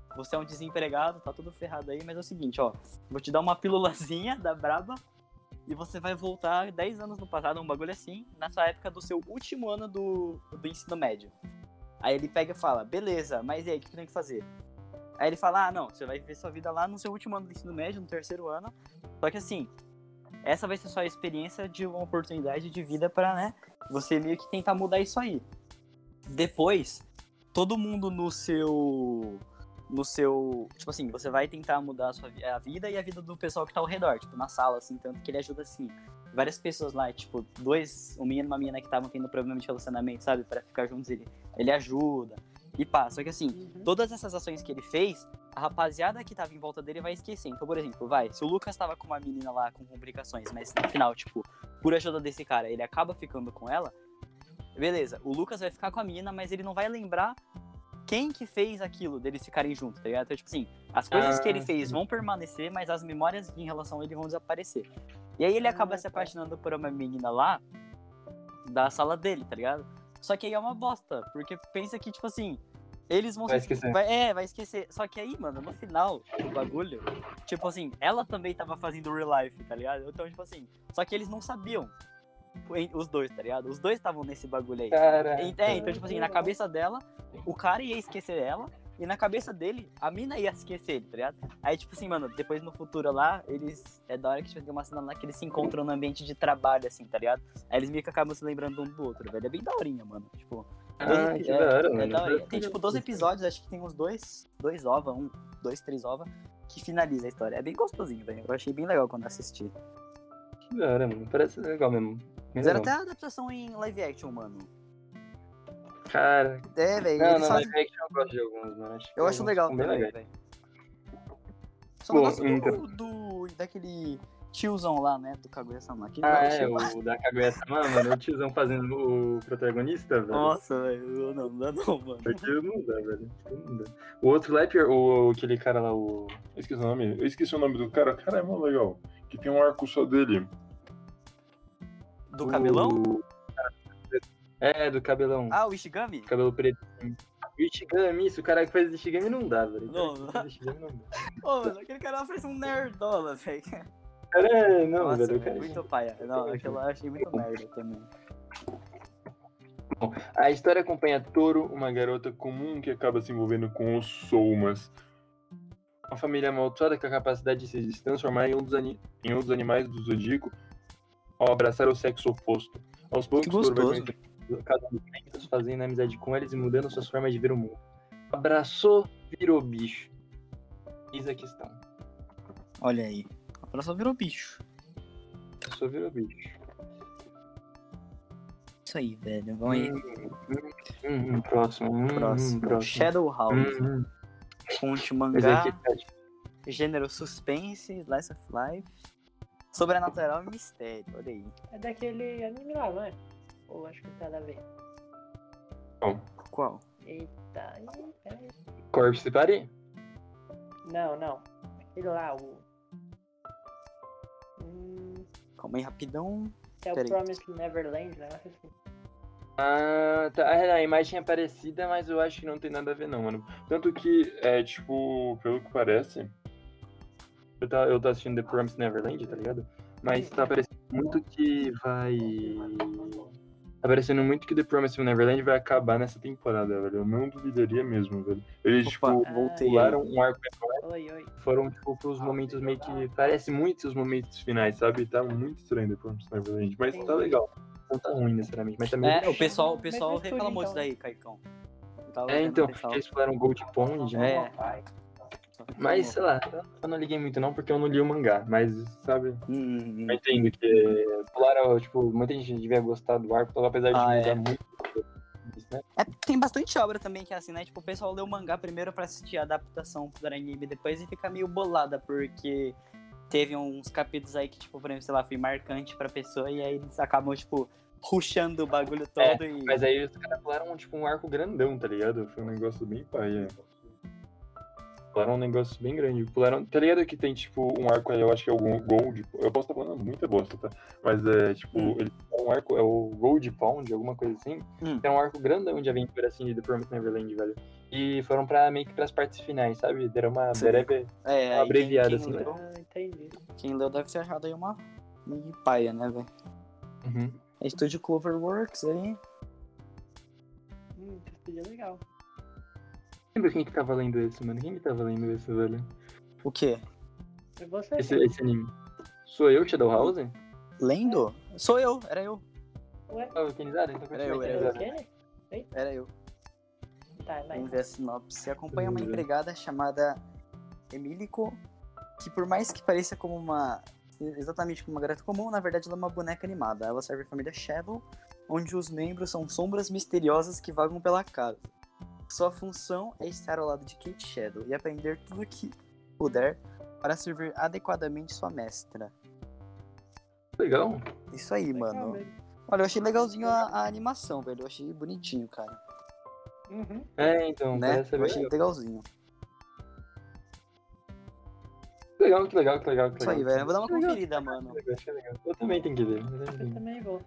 você é um desempregado, tá tudo ferrado aí, mas é o seguinte, ó, vou te dar uma pílulazinha da braba e você vai voltar dez anos no passado, um bagulho assim, nessa época do seu último ano do, do ensino médio. Aí ele pega e fala, beleza, mas e aí, o que eu tenho que fazer? Aí ele fala, ah, não, você vai viver sua vida lá no seu último ano do ensino médio, no terceiro ano, só que assim, essa vai ser só a experiência de uma oportunidade de vida pra, né, você meio que tentar mudar isso aí. Depois, todo mundo no seu... no seu... Tipo assim, você vai tentar mudar a sua a vida e a vida do pessoal que tá ao redor, tipo, na sala, assim, tanto que ele ajuda, assim, várias pessoas lá, tipo, dois, um menino e uma menina que estavam tendo problema de relacionamento, sabe, pra ficar juntos, ele, ele ajuda, e pá, só que assim, Uhum. todas essas ações que ele fez, a rapaziada que tava em volta dele vai esquecer. Então, por exemplo, vai, se o Lucas tava com uma menina lá com complicações, mas no final, tipo, por ajuda desse cara, ele acaba ficando com ela, beleza, o Lucas vai ficar com a menina, mas ele não vai lembrar quem que fez aquilo deles ficarem juntos, tá ligado? Então, tipo assim, as coisas Ah, que ele fez sim. vão permanecer, mas as memórias em relação a ele vão desaparecer. E aí ele acaba Ah, se tá. apaixonando por uma menina lá da sala dele, tá ligado? Só que aí é uma bosta, porque pensa que, tipo assim, eles vão Vai se... esquecer. Vai, é, vai esquecer. Só que aí, mano, no final do bagulho, tipo assim, ela também tava fazendo real life, tá ligado? Então, tipo assim, só que eles não sabiam. Os dois, tá ligado? Os dois estavam nesse bagulho aí. Cara, É, então, tipo assim, na cabeça dela, o cara ia esquecer ela, e na cabeça dele, a mina ia esquecer ele, tá ligado? Aí, tipo assim, mano, depois no futuro lá, eles. É da hora que tipo, tem uma cena lá que eles se encontram no ambiente de trabalho, assim, tá ligado? Aí eles meio que acabam se lembrando um do outro, velho. É bem daorinha, mano. Tipo. doze ah, epi- que é, da hora, é mano. daorinha. Tem, tipo, doze episódios, acho que tem uns dois, dois ova, um, dois, três ova, que finaliza a história. É bem gostosinho, velho. Eu achei bem legal quando assisti. Que da hora, mano. Parece legal mesmo. Bem Fizeram legal. até a adaptação em live action, mano. Cara, É, velho. não, Eles não, fazem. live action eu gosto de alguns, mano. Acho que Eu acho alguns legal ficam bem também, legais. velho. Só não Bom, gosto do, então. do. daquele tiozão lá, né? Do Kaguya-sama. Aquele Ah, lá eu é, achei- o da Kaguya-sama, mano. O tiozão fazendo o protagonista, velho. Nossa, velho. Não, não dá não, mano. Aquilo não dá, velho. Aquilo não dá. O outro lá é pior, o, aquele cara lá, o. Eu esqueci o nome. Eu esqueci o nome do cara. Cara, é mó legal. Que tem um arco só dele. Do cabelão? o- É, do cabelão. Ah, o Ishigami? Cabelo preto. O Ishigami, isso, o cara que faz Ishigami não dá, velho. O cara Não, que não. faz Ishigami não dá. Ô, mano, aquele cara faz um nerdola, velho. Cara, é, não, Nossa, velho. O velho, cara... muito paia. Não, aquilo lá eu achei muito merda também. A história acompanha Toro, uma garota comum que acaba se envolvendo com os Soumas. uma família amaldiçoada com a capacidade de se transformar em outros, ani- em outros animais do zodíaco ao abraçar o sexo oposto. Aos poucos, Que Toro vai gostoso. conhecendo cada um dos membros, fazendo amizade com eles e mudando suas formas de ver o mundo. Abraçou, virou bicho. Eis a questão. Olha aí. A próxima virou bicho. Abraçou, virou bicho. Isso aí, velho. Vamos aí. Hum, hum, hum, próximo. Hum, Próximo. hum, próximo. Shadow House. Hum, hum. Fonte Esse mangá. aqui tá de- Gênero suspense, slice of life. Sobrenatural e mistério. Olha aí. É daquele anime lá, não é? Ou acho que não tem nada a ver. Qual? Eita, ih, peraí. Corpse Party? Não, não. Aquele lá, o. Hum, Calma aí, rapidão. é o Peraí. Promised Neverland, né? Assim. Ah, tá. Ah, a imagem é parecida, mas eu acho que não tem nada a ver, não, mano. Tanto que, é, tipo, pelo que parece, Eu tô, eu tô assistindo The Promised Neverland, tá ligado? Mas tá parecendo muito que vai. Tá parecendo muito que The Promised Neverland vai acabar nessa temporada, velho. eu não duvidaria mesmo, velho. Eles, Opa, tipo, voltei. Pularam um arco Oi, oi. foram, tipo, pros momentos meio que. Parece muito os momentos finais, sabe? sabe, tá muito estranho The Promised Neverland, mas tá Entendi. legal. Não tá ruim, necessariamente, mas também. É, o pessoal, o Mas pessoal vai escolher, reclamou então. disso daí, Caicão. Eu tava É, vendo então, o pessoal. porque eles falaram Gold Pond, né? É. Mas, sei lá, eu não liguei muito não, porque eu não li o mangá, mas, sabe? Hum, hum, hum. Eu entendo que pularam, tipo, muita gente devia gostar do arco, apesar de Ah, mudar é. muito. Né? É, tem bastante obra também que é assim, né? Tipo, o pessoal lê o mangá primeiro pra assistir a adaptação pro anime depois e fica meio bolada, porque teve uns capítulos aí que, tipo, por exemplo, sei lá, foi marcante pra pessoa e aí eles acabam, tipo, rushando o bagulho todo e... Mas aí os caras pularam, tipo, um arco grandão, tá ligado? Foi um negócio bem paia. Pularam um negócio bem grande. Pularam, Tá ligado que tem, tipo, um arco aí, eu acho que é o Gold. Eu posso estar falando muita bosta, tá? Mas é, tipo, Hum. eles falam um arco, é o Gold Pound, alguma coisa assim, Hum. que é um arco grandão de aventura, assim, de The Promised Neverland, velho. E foram pra, meio que pras partes finais, sabe? Deram uma Sim. breve, É, uma aí quem, abreviada, quem, assim. leu, Ah, entendi. quem leu deve ter achado aí uma mini paia, né, velho? Uhum. É Estúdio Cloverworks aí. Hum, que estúdio legal. Lembra quem que tava lendo esse, mano? Quem que tava lendo esse, velho? O quê? E você? Esse, esse anime. Sou eu, Shadow House? Lendo? Sou eu, era eu. Ué? Ah, o Kenizada? Então Era eu, continua, era É o Kenizada. Kenny? Era eu. Tá, Vamos mas. ver a sinopse. Acompanha uma Vamos ver. empregada chamada Emilico, que por mais que pareça como uma... exatamente como uma garota comum, na verdade ela é uma boneca animada. Ela serve a família Shadow, onde os membros são sombras misteriosas que vagam pela casa. Sua função é estar ao lado de Kate Shadow e aprender tudo o que puder para servir adequadamente sua mestra. Legal. Isso aí, Legal mano. mesmo. Olha, eu achei legalzinho a, a animação, velho. Eu achei bonitinho, cara. Uhum. É, então, Né? parece Eu bem achei legal. legalzinho. Que legal, que legal, que legal, que Isso aí, legal. velho. Eu vou dar uma Que legal, conferida, mano. que legal, que legal. Eu também tenho que ver. eu Eu tenho também vou.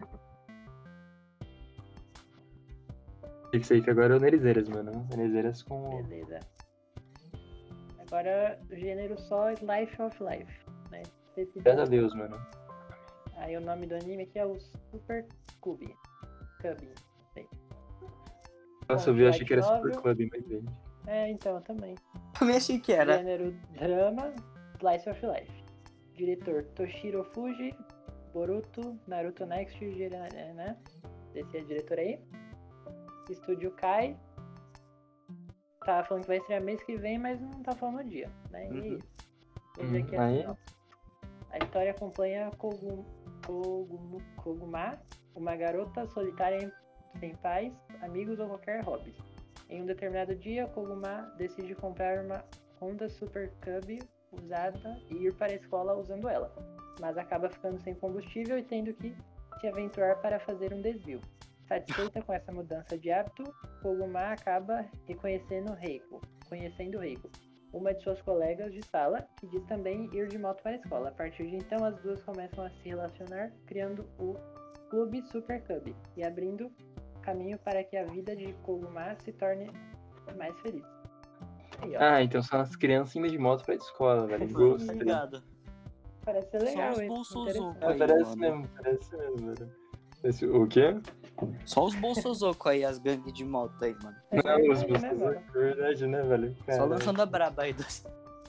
que ver. Esse aí que agora é o Nerizeiras, mano. Nerizeiras com... Beleza. Agora, o gênero só Life of Life, né? Esse Graças a Deus, mano. Aí o nome do anime aqui é o Super Cube. Cube. Nossa, eu vi, eu achei que era Super Club, mas bem. É, então, eu também. Também achei que era. Gênero drama, Slice of Life. Diretor Toshiro Fuji, Boruto, Naruto Next, gira- é, né? Esse é o diretor aí. Estúdio Kai. Tava falando que vai estrear mês que vem, mas não tá falando o dia, né? E Uhum. vamos ver Uhum. aqui a Aí? sinopse. A história acompanha Kogum, Kogum, Koguma, uma garota solitária sem pais, amigos ou qualquer hobby. Em um determinado dia, Koguma decide comprar uma Honda Super Cub usada e ir para a escola usando ela, mas acaba ficando sem combustível e tendo que se aventurar para fazer um desvio. Satisfeita com essa mudança de hábito, Koguma acaba reconhecendo Reiko, conhecendo Reiko, uma de suas colegas de sala, que diz também ir de moto para a escola. A partir de então, as duas começam a se relacionar, criando o Clube Super Cub e abrindo caminho para que a vida de Koguma se torne mais feliz. Aí, ó. Ah, então são as crianças indo de moto pra escola, velho. Tá Gostei. ligado? Parece ser legal, Só os hein? bolsozoco Ah, aí, parece mano. mesmo, parece mesmo, velho. Esse, o quê? Só os bolsozoco aí, as gangues de moto aí, mano. É Não, os verdade, né, bolsos, mano? é verdade, né, velho? Só Caralho. lançando a braba aí dos.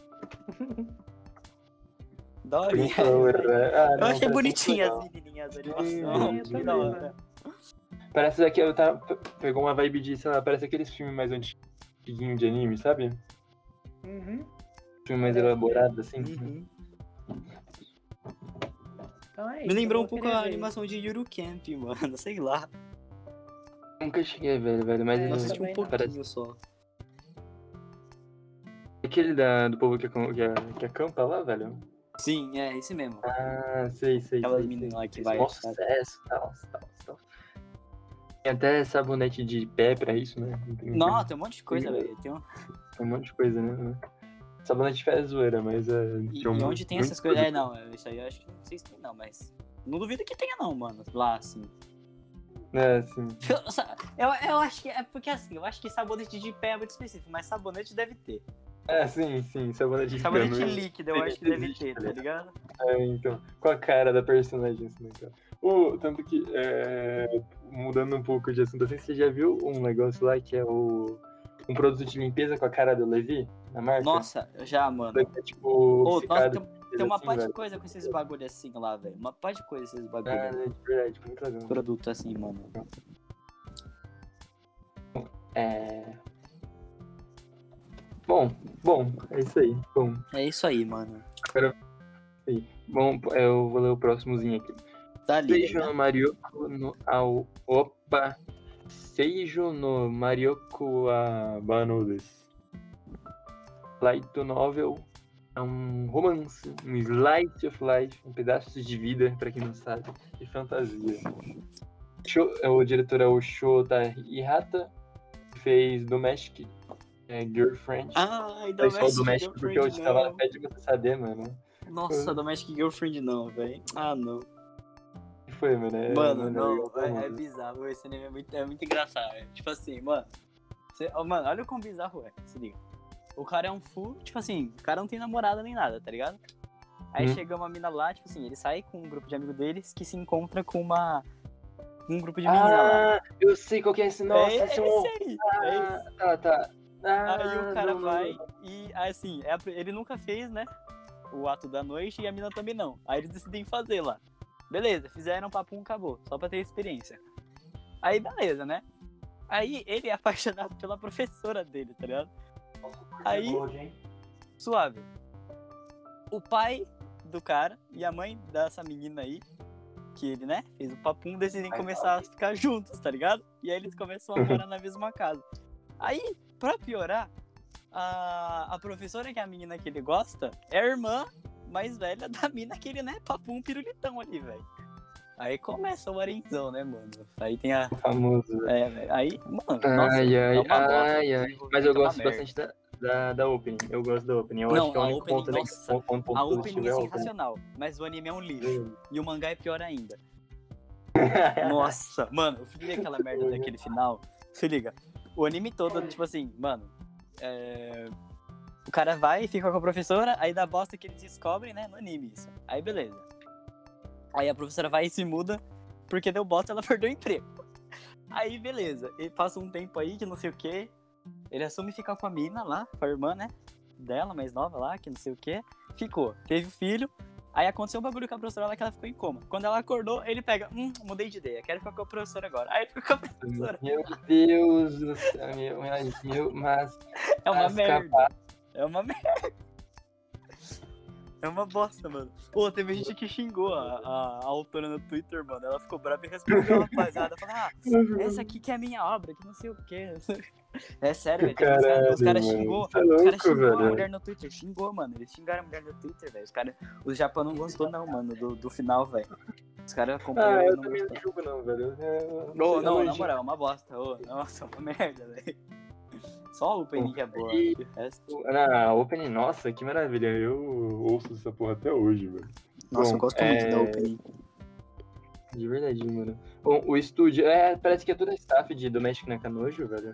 Da hora. Muito da hora. Ah, Eu não, achei parece bonitinha muito as legal. menininhas ali. Sim, Nossa, eu que também, da mano. hora. Parece que eu tá, pegou uma vibe de, sei lá, parece aqueles filmes mais antiguinhos de anime, sabe? Uhum. Filme mais Parece elaborado, assim. Uhum. Então é isso. Me lembrou eu um vou pouco a querer ver. animação de Yuru Camp, mano. Sei lá. Nunca cheguei a ver, velho, mas É, Eu eu assisti também um não. pouquinho só. aquele da, do povo que, acam- que, que acampa lá, velho. Sim, é esse mesmo. Ah, sei, sei, Aquelas sei. meninas sei. lá que Fez vai, mó sabe? sucesso, tal, tal, tal. Tem até sabonete de pé pra isso, né? Tem, Não, tem um monte de coisa, Sim. velho. Tem um... tem um monte de coisa, né? Sabonete de pé é zoeira, mas é... E, tem um e monte- onde tem muito essas coisas. É, produto. não, isso aí eu acho que não sei se tem, não, mas. Não duvido que tenha, não, mano. Lá, assim. É, sim. Eu, eu acho que é porque assim, eu acho que sabonete de pé é muito específico, mas sabonete deve ter. É, sim, sim, sabonete de Sabonete pé. não- líquido, eu acho que deve ter, tá ligado? É, então, com a cara da personagem, assim, né, cara? O, tanto que, é, mudando um pouco de assunto, assim, você já viu um negócio lá que é o... Um produto de limpeza com a cara do Levi, na marca? Nossa, eu já, mano. É, tipo, Ô, nossa, secado, tem, tem uma assim, pá de velho. coisa com esses bagulho assim lá, velho. Uma pá de coisa esses Ah, bagulho. é de verdade, muito legal. Produto assim, mano. É... Bom, bom, é isso aí. Bom, É isso aí, mano. bom, eu vou ler o próximozinho aqui. Tá ali. Seijo no Marioku no ao opa. Seijo no Marioku Abano desu. Light Novel é um romance, um slice of life, um pedaço de vida, pra quem não sabe, de fantasia. Sho, é, o diretor é o Shota Hirata, que fez Domestic é, Girlfriend. Ai, Foi só o Domestic Domestic porque eu Girlfriend estava na não. pé de você saber, mano. Nossa, Domestic Girlfriend não, velho. Ah, não. foi, mano. É, Mano, mano, não, eu- é, é bizarro. Esse anime é muito, é muito engraçado. É. Tipo assim, mano. Você, ó, mano, olha o quão bizarro é. Se liga. O cara é um full, tipo assim, o cara não tem namorada nem nada, tá ligado? Aí Hum. chega uma mina lá, tipo assim, ele sai com um grupo de amigos deles que se encontra com uma. Um grupo de menina lá. Ah, eu sei qual que é esse. Nossa, é, esse é é um. esse aí. É Ah, esse. tá, tá. Ah, Aí o cara não, não, vai não. e, assim, é a pri- ele nunca fez, né? O ato da noite e a mina também não. Aí eles decidem fazer lá. Beleza, fizeram papum, acabou. Só pra ter experiência. Aí beleza, né? Aí ele é apaixonado pela professora dele, tá ligado? Aí, suave. O pai do cara e a mãe dessa menina aí, que ele, né, fez o papum, decidem começar a ficar juntos, tá ligado? E aí eles começam a morar na mesma casa. Aí, pra piorar, a, a professora que é a menina que ele gosta é a irmã mais velha da mina que ele, né, papum pirulitão ali, velho. Aí começa o arenzão, né, mano? Aí tem a... O famoso. É, velho. Aí, mano, nossa, Ai, ai, é uma bosta. ai, ai. Mas Desenvolvimento eu é uma gosto merda. bastante da, da, da opening. Eu gosto da opening. Eu Não, acho que é o a único opening, ponto, nossa, ponto, ponto, ponto A positivo opening é é a opening. sensacional, mas o anime é um lixo. Hum. E o mangá é pior ainda. Nossa, mano, eu fui ver aquela merda daquele final. Se liga. O anime todo, tipo assim, mano. É... O cara vai e fica com a professora, aí dá bosta que eles descobrem, né? No anime isso. Aí beleza. Aí a professora vai e se muda, porque deu bosta, ela perdeu o emprego. Aí beleza. Ele passa um tempo aí que não sei o que. Ele assume ficar com a mina lá, com a irmã, né? Dela, mais nova lá, que não sei o que. Ficou. Teve o filho. Aí aconteceu um bagulho com a professora lá que ela ficou em coma. Quando ela acordou, ele pega, hum, mudei de ideia, quero ficar com a professora agora. Aí ele fica com a professora. Meu Deus do céu, meu, meu, mas... É uma mas merda. capaz- É uma merda. É uma bosta, mano. Pô, teve gente que xingou a, a, a autora no Twitter, mano. Ela ficou brava e respondeu a rapaziada. Falou, ah, essa aqui que é a minha obra, que não sei o quê. É sério, velho. Teve uns caras- Os caras Caralho, xingou. mano, você é Os caras louco, xingou a velho. mulher no Twitter. Xingou, mano. Eles xingaram a mulher no Twitter, velho. Os caras. Os Japão não gostou, não, mano, do, do final, velho. Os caras acompanharam Ah, e eu não também não gostaram. julgo não, velho. Eu- Ô, eu não, na elogio. moral, é uma bosta. Ô, nossa, é uma merda, velho. Só o opening que é boa. E- O resto... Na opening, nossa, que maravilha. Eu ouço essa porra até hoje, velho. Nossa, Bom, eu gosto é- muito da opening. De verdade, mano. Bom, o estúdio, é, parece que é toda a staff de Domestic Nakanojo, velho.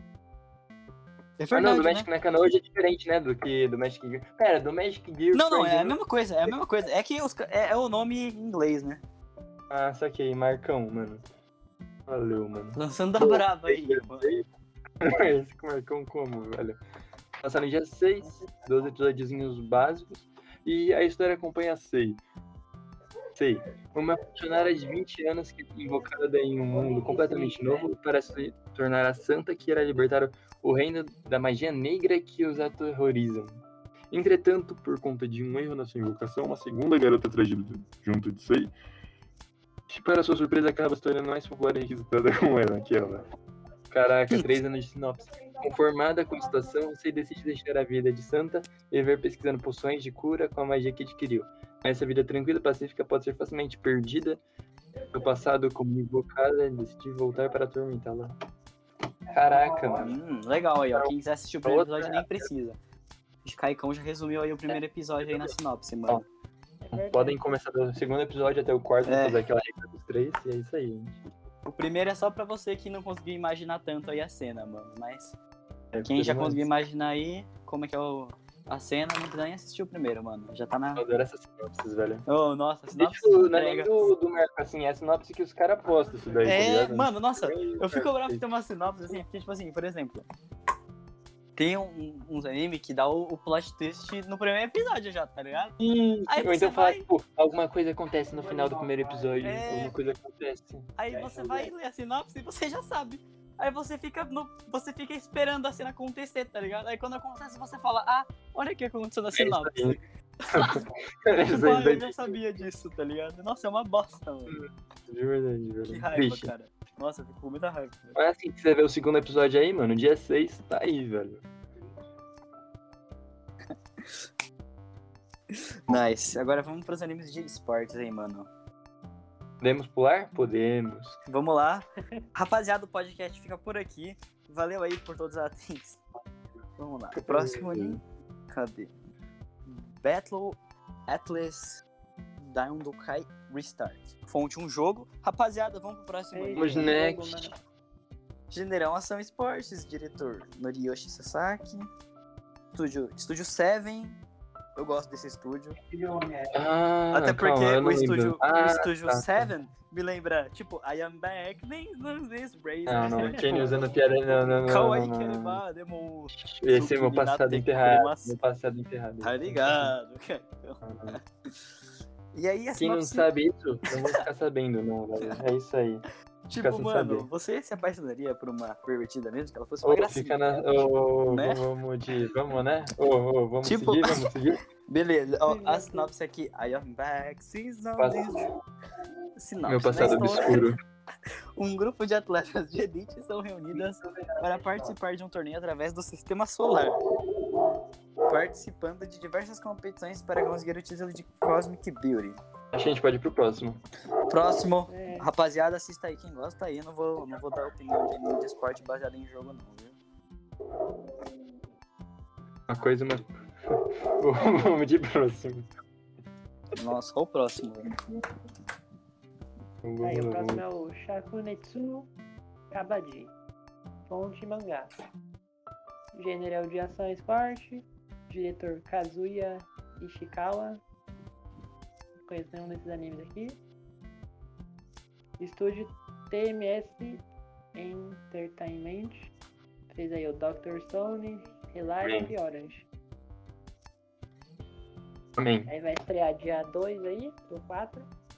É Ah, verdade, não, né? Domestic Nakanojo é diferente, né, do que Domestic Gear. Cara, Domestic Gear... Não, não, é a Friends, mesma coisa, é a mesma coisa. É que os, ca- é, é o nome em inglês, né? Ah, saquei, Marcão, mano. Valeu, mano. Lançando da brava aí, mano. Esse com Marcão como, velho? Passar no dia seis, doze episódiozinhos básicos. E a história acompanha a Sei. Sei, uma funcionária de vinte anos que é invocada em um mundo completamente novo para se tornar a santa que irá libertar o reino da magia negra que os aterrorizam. Entretanto, por conta de um erro na sua invocação, uma segunda garota tragida junto de Sei, que para sua surpresa acaba se tornando mais popular e requisitada como ela, naquela. Caraca, três anos de sinopse. Conformada com a situação, Sei decide deixar a vida de santa e viver pesquisando poções de cura com a magia que adquiriu. Mas essa vida tranquila e pacífica pode ser facilmente perdida. No passado, como invocada, decide voltar para atormentá-la. Caraca, mano. Hum, legal aí, ó. Quem quiser assistir o primeiro Outra- episódio nem precisa. O Caicão já resumiu aí o primeiro episódio aí na sinopse, mano. É verdade. Podem começar do segundo episódio até o quarto, É. fazer aquela regra dos três, e é isso aí, gente. O primeiro é só pra você que não conseguiu imaginar tanto aí a cena, mano. Mas É, quem já tudo conseguiu mais. imaginar aí como é que é o, a cena, não precisa nem assistir o primeiro, mano. Já tá na... Eu adoro essas sinopses, velho. Oh, nossa, a sinopse Deixa o, não é nem entrega. do, do Marco, assim, é a sinopse que os caras postam isso daí, tá É, ligado? mano, nossa, Bem eu fico bravo perfeito. que tem uma sinopse assim, porque, tipo assim, por exemplo, tem um, uns anime que dá o, o plot twist no primeiro episódio já, tá ligado? Sim, Aí ou você então fala, vai- tipo, alguma coisa acontece no final do primeiro episódio, É. alguma coisa acontece. Aí você vai ler a sinopse e você já sabe. Aí você fica, no, você fica esperando a cena acontecer, tá ligado? Aí quando acontece você fala, ah, olha o que aconteceu na isso aí. sinopse. Isso Tipo, aí, ah, eu velho, já sabia disso, tá ligado? Nossa, é uma bosta, mano. de verdade, velho. Que raiva, Triste. cara. Nossa, eu fico com muita raiva. velho. Mas assim, que você vê o segundo episódio aí, mano, dia seis tá aí, velho. Nice. Agora vamos pros animes de esportes aí, mano. Podemos pular? Podemos. Vamos lá. Rapaziada, o podcast fica por aqui. Valeu aí por todos os atentos. Vamos lá. Próximo anime. Cadê? Battle Atlas Daundokai Restart. Fonte um jogo. Rapaziada, vamos pro próximo É aí. Vamos isso, next. jogo, mano. General Ação Esportes, diretor Noriyoshi Sasaki. Estúdio, estúdio Seven. Eu gosto desse estúdio. Ah, Até porque calma, eu não o estúdio, lembro. Ah, o estúdio tá. Seven me lembra, tipo, I am back, this, this bracer. Não, não, tipo, Kenny usando piada. Não, não, não. Kawaii não, não, não. Kereba, demo. Esse é meu Tsukimi passado Nate enterrado. Kurimasu. Meu passado enterrado. Tá ligado? Não, não. E aí, a Quem não sinopse, sabe isso, eu vou ficar sabendo, não, velho. É isso aí. tipo, sem mano, saber. você se apaixonaria por uma pervertida mesmo? Que ela fosse uma Ô, gracinha. fica na. Ô, Né? vamos de. Vamos, né? Ô, ô, vamos Tipo- seguir, vamos seguir. Beleza, ó, a sinopse aqui, I am back, season Passa- this. Sinopse, Meu passado na história, obscuro. um grupo de atletas de elite são reunidas para participar de um torneio através do sistema solar, participando de diversas competições para conseguir o título de Cosmic Beauty. Acho que a gente pode ir pro próximo. Próximo, É, rapaziada, assista aí quem gosta aí, não vou, não vou dar opinião de anime de esporte baseada em jogo não, viu? Uma coisa, mas. Vamos de próximo. Nossa, qual o próximo, velho? Vamos, aí o vamos, próximo vamos. é o Shakunetsu Kabaddi. Fonte mangá. Gênero é o de ação e esporte. Diretor Kazuya Ishikawa. Não conheço nenhum desses animes aqui. Estúdio T M S Entertainment. Fez aí o doutor Stone, Relife e Orange. Amém. Aí vai estrear dia dois aí, do quatro.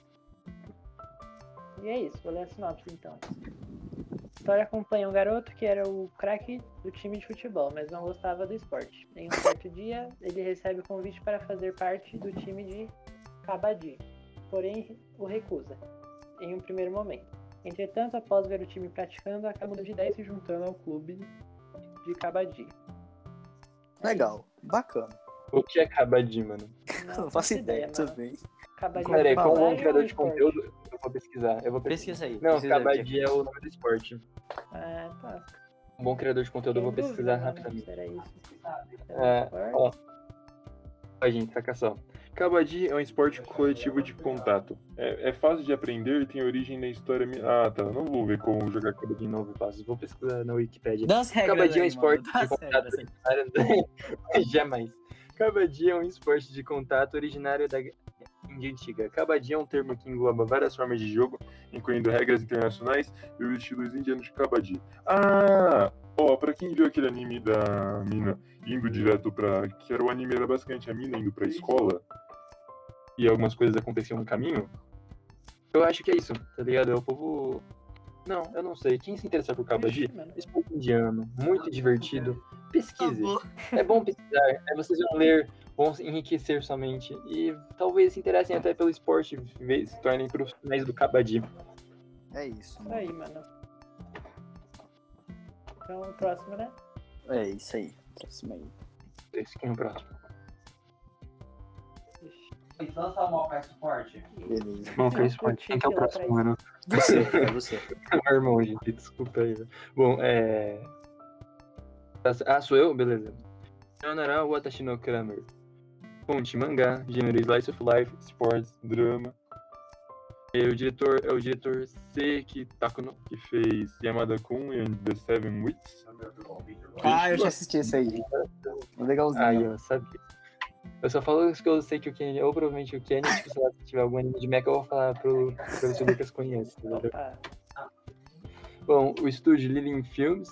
E é isso, vou ler a sinopse então. A história acompanha um garoto que era o craque do time de futebol, mas não gostava do esporte. Em um certo dia, ele recebe o convite para fazer parte do time de Kabaddi, porém o recusa, em um primeiro momento. Entretanto, após ver o time praticando, acaba mudando de ideia e se juntando ao clube de Kabaddi. Legal, bacana. O que é Kabaddi, mano? Não faço ideia mano. também. Kabaddi Pera aí, é um como um salário criador ou de esporte? conteúdo, eu vou pesquisar. Eu vou pesquisar. Pesquisa aí. Não, pesquisa aí, Kabaddi é o nome do esporte. Ah, tá. Um bom criador de conteúdo, eu vou Tem pesquisar dúvida, mano, rapidamente. se era isso. É, Esporte? ó. Ó, gente, saca só. Kabaddi é um esporte coletivo de contato. É, é fácil de aprender e tem origem na história. mi- Ah, tá. Não vou ver como jogar Kabaddi em nove passos. Vou pesquisar na Wikipedia. Dá as regras Kabaddi é um aí, esporte mano, dá de as contato regras aí. originário. Jamais. Kabaddi é um esporte de contato originário da Índia Antiga. Kabaddi é um termo que engloba várias formas de jogo, incluindo regras internacionais e os estilos indianos de Kabaddi. Ah! Ó, pra quem viu aquele anime da mina indo direto pra. Que era o anime, era basicamente a mina indo pra escola. E algumas coisas aconteciam no caminho. Eu acho que é isso, tá ligado? É o povo. Não, eu não sei. Quem se interessar por Kabaddi, Ixi, mano. esporte indiano, muito divertido. Pesquise. Acabou. É bom pesquisar, é vocês vão ler, vão enriquecer sua mente e talvez se interessem até pelo esporte e se tornem profissionais do Kabaddi. É isso, Isso mano. aí, mano. Então, o próximo, né? É isso aí. Próximo aí. Esse aqui é o próximo. Ixi. Lança o Maokai Suporte. Beleza. Bom, que é Não, esporte. curti Quem que é o que lá próximo, atrás. mano? Você, é você. Meu irmão, gente, desculpa aí. velho. Bom, é. Ah, sou eu? Beleza. Sayonara Watashi no Kramer. Fonte mangá, gênero Slice of Life, Sports, Drama. E o diretor é o diretor Seki Takuno, que fez Yamada-kun e The Seven Wits. Ah, eu já assisti esse aí. Legalzinho. Aí, eu sabia. Eu só falo isso que eu sei que o Kenny, ou provavelmente o Kenny, tipo, sei lá, se tiver algum anime de mecha, eu vou falar pro, pro se o Lucas conhece. Entendeu? Opa. Bom, o estúdio Lilium Films,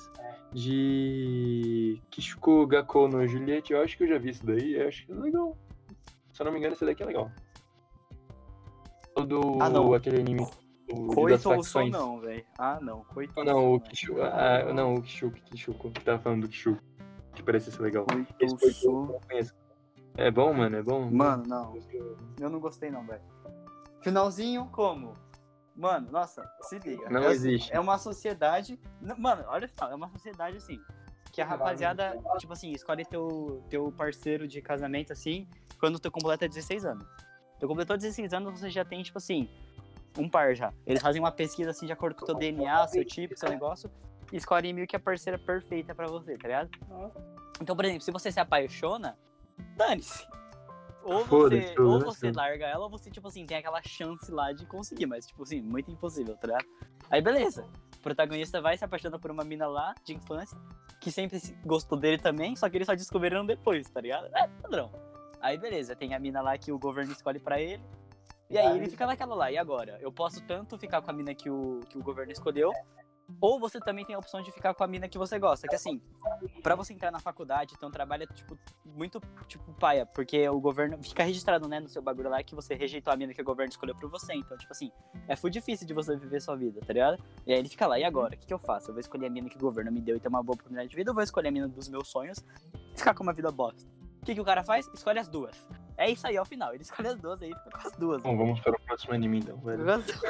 de Kishuko Gakko no Juliette, eu acho que eu já vi isso daí, eu acho que é legal. Se eu não me engano, esse daqui é legal. O do, Ah, não. aquele anime do, das Coito ou facções. não, velho. Ah, não. Coito Ah, ou não, o Sou, Kishuko, ah, não, o Kishuko, Kishuko, que tava falando do Kishuko, que parece ser legal. Coito Esse ou foi Sou. eu não conheço. É bom, mano, é bom? Mano, não. Eu não gostei não, velho. Finalzinho, como? Mano, nossa, se liga. Não é, existe. É uma sociedade... N- Mano, olha só, é uma sociedade assim, que a rapaziada, tipo assim, escolhe teu, teu parceiro de casamento, assim, quando tu completa dezesseis anos. Tu completou dezesseis anos, você já tem, tipo assim, um par já. Eles fazem uma pesquisa, assim, de acordo com o teu D N A, seu tipo, seu negócio, e escolhem meio que a parceira perfeita pra você, tá ligado? Nossa. Então, por exemplo, se você se apaixona, dane-se. ou você, Foda-se, ou foda-se. você larga ela, ou você, tipo assim, tem aquela chance lá de conseguir, mas, tipo assim, muito impossível, tá ligado? Aí, beleza. O protagonista vai se apaixonando por uma mina lá, de infância, que sempre se- gostou dele também, só que eles só descobriram depois, tá ligado? É, padrão. Aí, beleza, tem a mina lá que o governo escolhe pra ele, e aí ele fica naquela lá, e agora? Eu posso tanto ficar com a mina que o, que o governo escolheu, ou você também tem a opção de ficar com a mina que você gosta, que assim, pra você entrar na faculdade, então trabalha, tipo, muito, tipo, paia, porque o governo fica registrado, né, no seu bagulho lá que você rejeitou a mina que o governo escolheu por você, então, tipo assim, é full difícil de você viver sua vida, tá ligado? E aí ele fica lá, e agora? O que, que eu faço? Eu vou escolher a mina que o governo me deu e ter uma boa oportunidade de vida, ou vou escolher a mina dos meus sonhos e ficar com uma vida bosta? O que, que o cara faz? Escolhe as duas. É isso aí, ao final, ele escolhe as duas aí e fica com as duas. Bom, vamos para o próximo anime então, velho.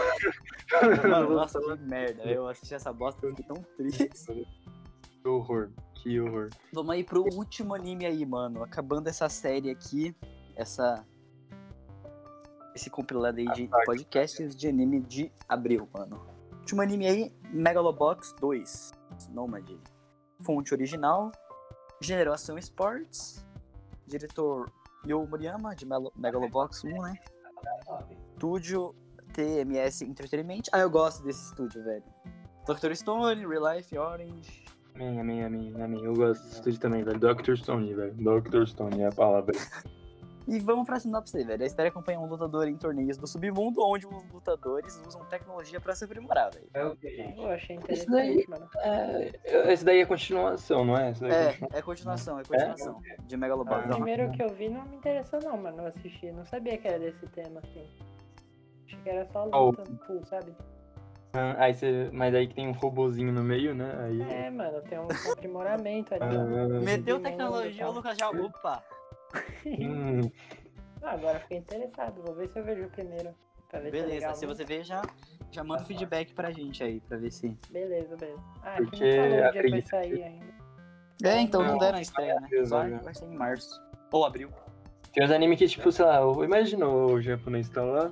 Mano, nossa, que merda. Eu assisti essa bosta e fiquei tão triste. Que horror, que horror. Vamos aí pro último anime aí, mano. Acabando essa série aqui, essa... esse compilado aí de podcasts de anime de abril, mano. Último anime aí, Megalobox dois, Nomad. Fonte original, Generação Sports, diretor Yo Murayama, de Melo- Megalobox um, né? Estúdio T M S Entertainment. Ah, eu gosto desse estúdio, velho. doutor Stone, Real Life, Orange. Amém, amém, amém, amém. Eu gosto desse estúdio também, velho. doutor Stone, velho. doutor Stone é a palavra. E vamos pra sinopse aí, velho. A história acompanha um lutador em torneios do submundo, onde os lutadores usam tecnologia pra se aprimorar, velho. Eu achei Isso daí- interessante, mano. É, esse daí é continuação, não é? Esse daí é É, continuação. é continuação, é continuação. De Megalobox. O primeiro que eu vi não me interessou não, mano. Eu assisti, não sabia que era desse tema, assim. Achei que era só Oh. luta, full, sabe? Ah, aí você, mas aí que tem um robozinho no meio, né? Aí. É, mano, tem um aprimoramento ali. Ah, Meteu Submundo, tecnologia, o tal. Lucas já. Opa! hum, Ah, agora fiquei interessado. Vou ver se eu vejo o primeiro. Pra ver se é Beleza, legal se mesmo. você ver, já, já manda o feedback pra gente aí, pra ver se. Beleza, beleza. Ah, Porque aqui não falou o dia que vai acredito sair ainda. É, então não Não, deram a estreia, né? vai, Só vai. vai ser em março. Ou abril. tem uns animes que, tipo, sei lá, eu imagino o japonês tá lá.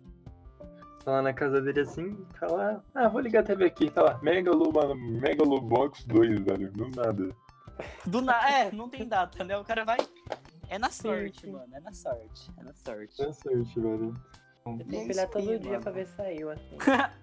Tá lá na casa dele assim, tá lá. Ah, vou ligar a T V aqui, tá lá. Megalo, mano, Megalobox dois, velho. Do nada. Do nada, é, não tem data, né? O cara vai. É na Sim, sorte, sim. mano. É na sorte. É na sorte. Boa sorte, velho. Eu E tenho é que olhar isso todo aí, dia mano. pra ver se saiu, assim.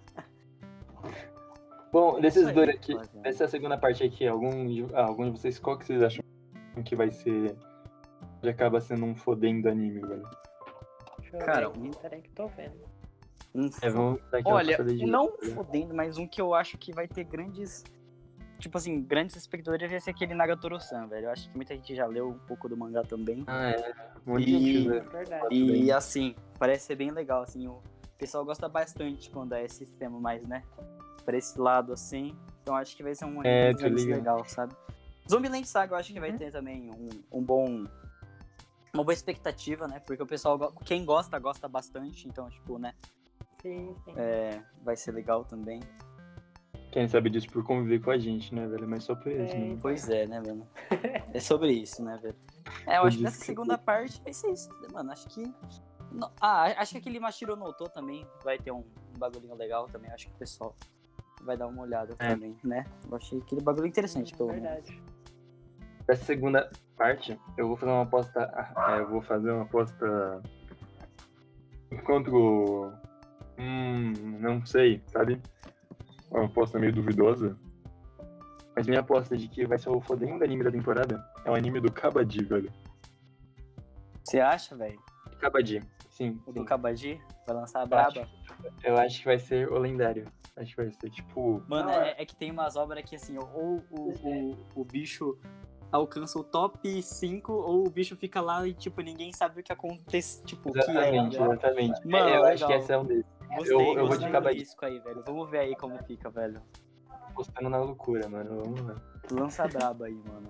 Bom, desses Isso aí, dois aqui, rapaziada. dessa segunda parte aqui, algum, de- ah, algum de vocês, qual que vocês acham que vai ser. Que acaba sendo um fodendo anime, velho? Deixa eu Cara, ver aqui, peraí que eu tô vendo. Um É, vamos dar aquela Olha, passada de- não fodendo, mas um que eu acho que vai ter grandes. Tipo assim, grandes expectativas vai ser aquele Nagatoro-san, velho. Eu acho que muita gente já leu um pouco do mangá também. Ah, é. Um monte de E- gente, velho. Verdade. E assim, parece ser bem legal, assim. O pessoal gosta bastante quando é esse sistema mais, né? Pra esse lado, assim. Então acho que vai ser um anime É, dos tô animes ligado. legal, sabe? Zombieland Saga eu acho que vai Uhum. ter também um, um bom. Uma boa expectativa, né? Porque o pessoal, go- quem gosta, gosta bastante. Então, tipo, né? Sim, sim. É, vai ser legal também. Quem sabe disso por conviver com a gente, né, velho? Mas só por isso, É, né? Pois é, né, mano? É sobre isso, né, velho? É, eu Eu acho que disse nessa que- segunda parte vai ser isso, né, mano. Acho que. Não- Ah, acho que aquele Mashiro Noto também vai ter um, um bagulhinho legal também. Acho que o pessoal vai dar uma olhada É. também, né? Eu achei aquele bagulho interessante, pelo menos. Verdade. Dessa segunda parte, eu vou fazer uma aposta. ah, é, eu vou fazer uma aposta. Enquanto. Hum, não sei, sabe? Uma aposta meio duvidosa. Mas minha aposta de que vai ser o fodendo anime da temporada É um anime do Kabaddi, velho. Você acha, velho? é Kabaddi. Sim, O sim. do Kabaddi vai lançar a Eu braba? Eu acho que vai ser o lendário. Acho que vai ser tipo. Mano, Não, é, é que tem umas obras que assim, ou o, o, o bicho alcança o top cinco, ou o bicho fica lá e, tipo, ninguém sabe o que acontece, tipo, o que é. Exatamente, né? exatamente. Mano, É, eu acho legal. que esse é um desses. Gostei, eu- eu vou de gostei do Kabaddi. risco aí, velho. Vamos ver aí como fica, velho. Postando na loucura, mano. Vamos lá. Lança braba aí, mano.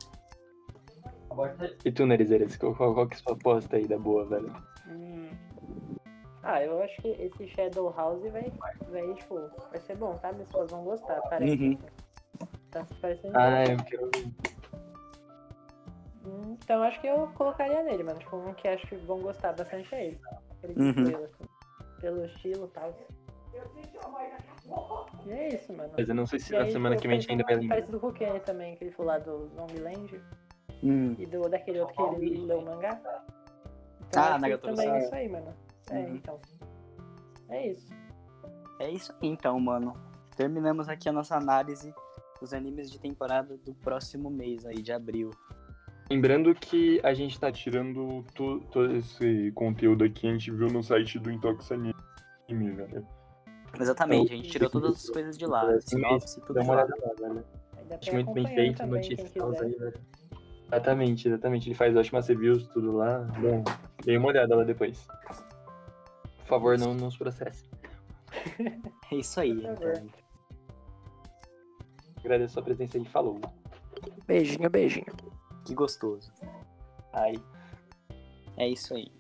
E tu, Nerizeres, qual, qual, qual que é a sua aposta aí da boa, velho? Hum. Ah, eu acho que esse Shadow House vai, vai, tipo, vai ser bom, sabe? As pessoas vão gostar, parece. Uhum. Tá se parecendo. Ah, eu quero. Hum, Então acho que eu colocaria nele, mano. Tipo, um que acho que vão gostar bastante é ele. Acredito Uhum. eu, assim. Pelo estilo e tal. E é isso, mano. Mas eu não sei se E na aí, semana tipo, que vem a gente ainda vai parece- lembrar. Parece do Rukene também, que ele falou lá do Zombieland. Hum. E do, daquele outro que ele leu o mangá. Fala Ah, que Nagatoro também é Sasaki. isso aí, mano. É, Uhum. então. É isso. É isso aí, então, mano. Terminamos aqui a nossa análise dos animes de temporada do próximo mês aí, de abril. Lembrando que a gente tá Tá tirando to- todo esse conteúdo aqui, a gente viu no site do Intox Anime, velho. Exatamente, a Então, gente tirou todas as coisas de lá, assim, sinopse e tudo dá de uma lá. olhada lá, velho. Aí dá pra Acho ir muito bem acompanhando feito, também, notícias e quem tal quiser. aí, velho. Exatamente, exatamente. Ele faz ótimas reviews, tudo lá. Bom, dei uma olhada lá depois. Por favor, não nos processe. É isso aí, Por favor. então. Agradeço a sua presença aí. Falou. Beijinho, beijinho. Que gostoso. Ai. É isso aí.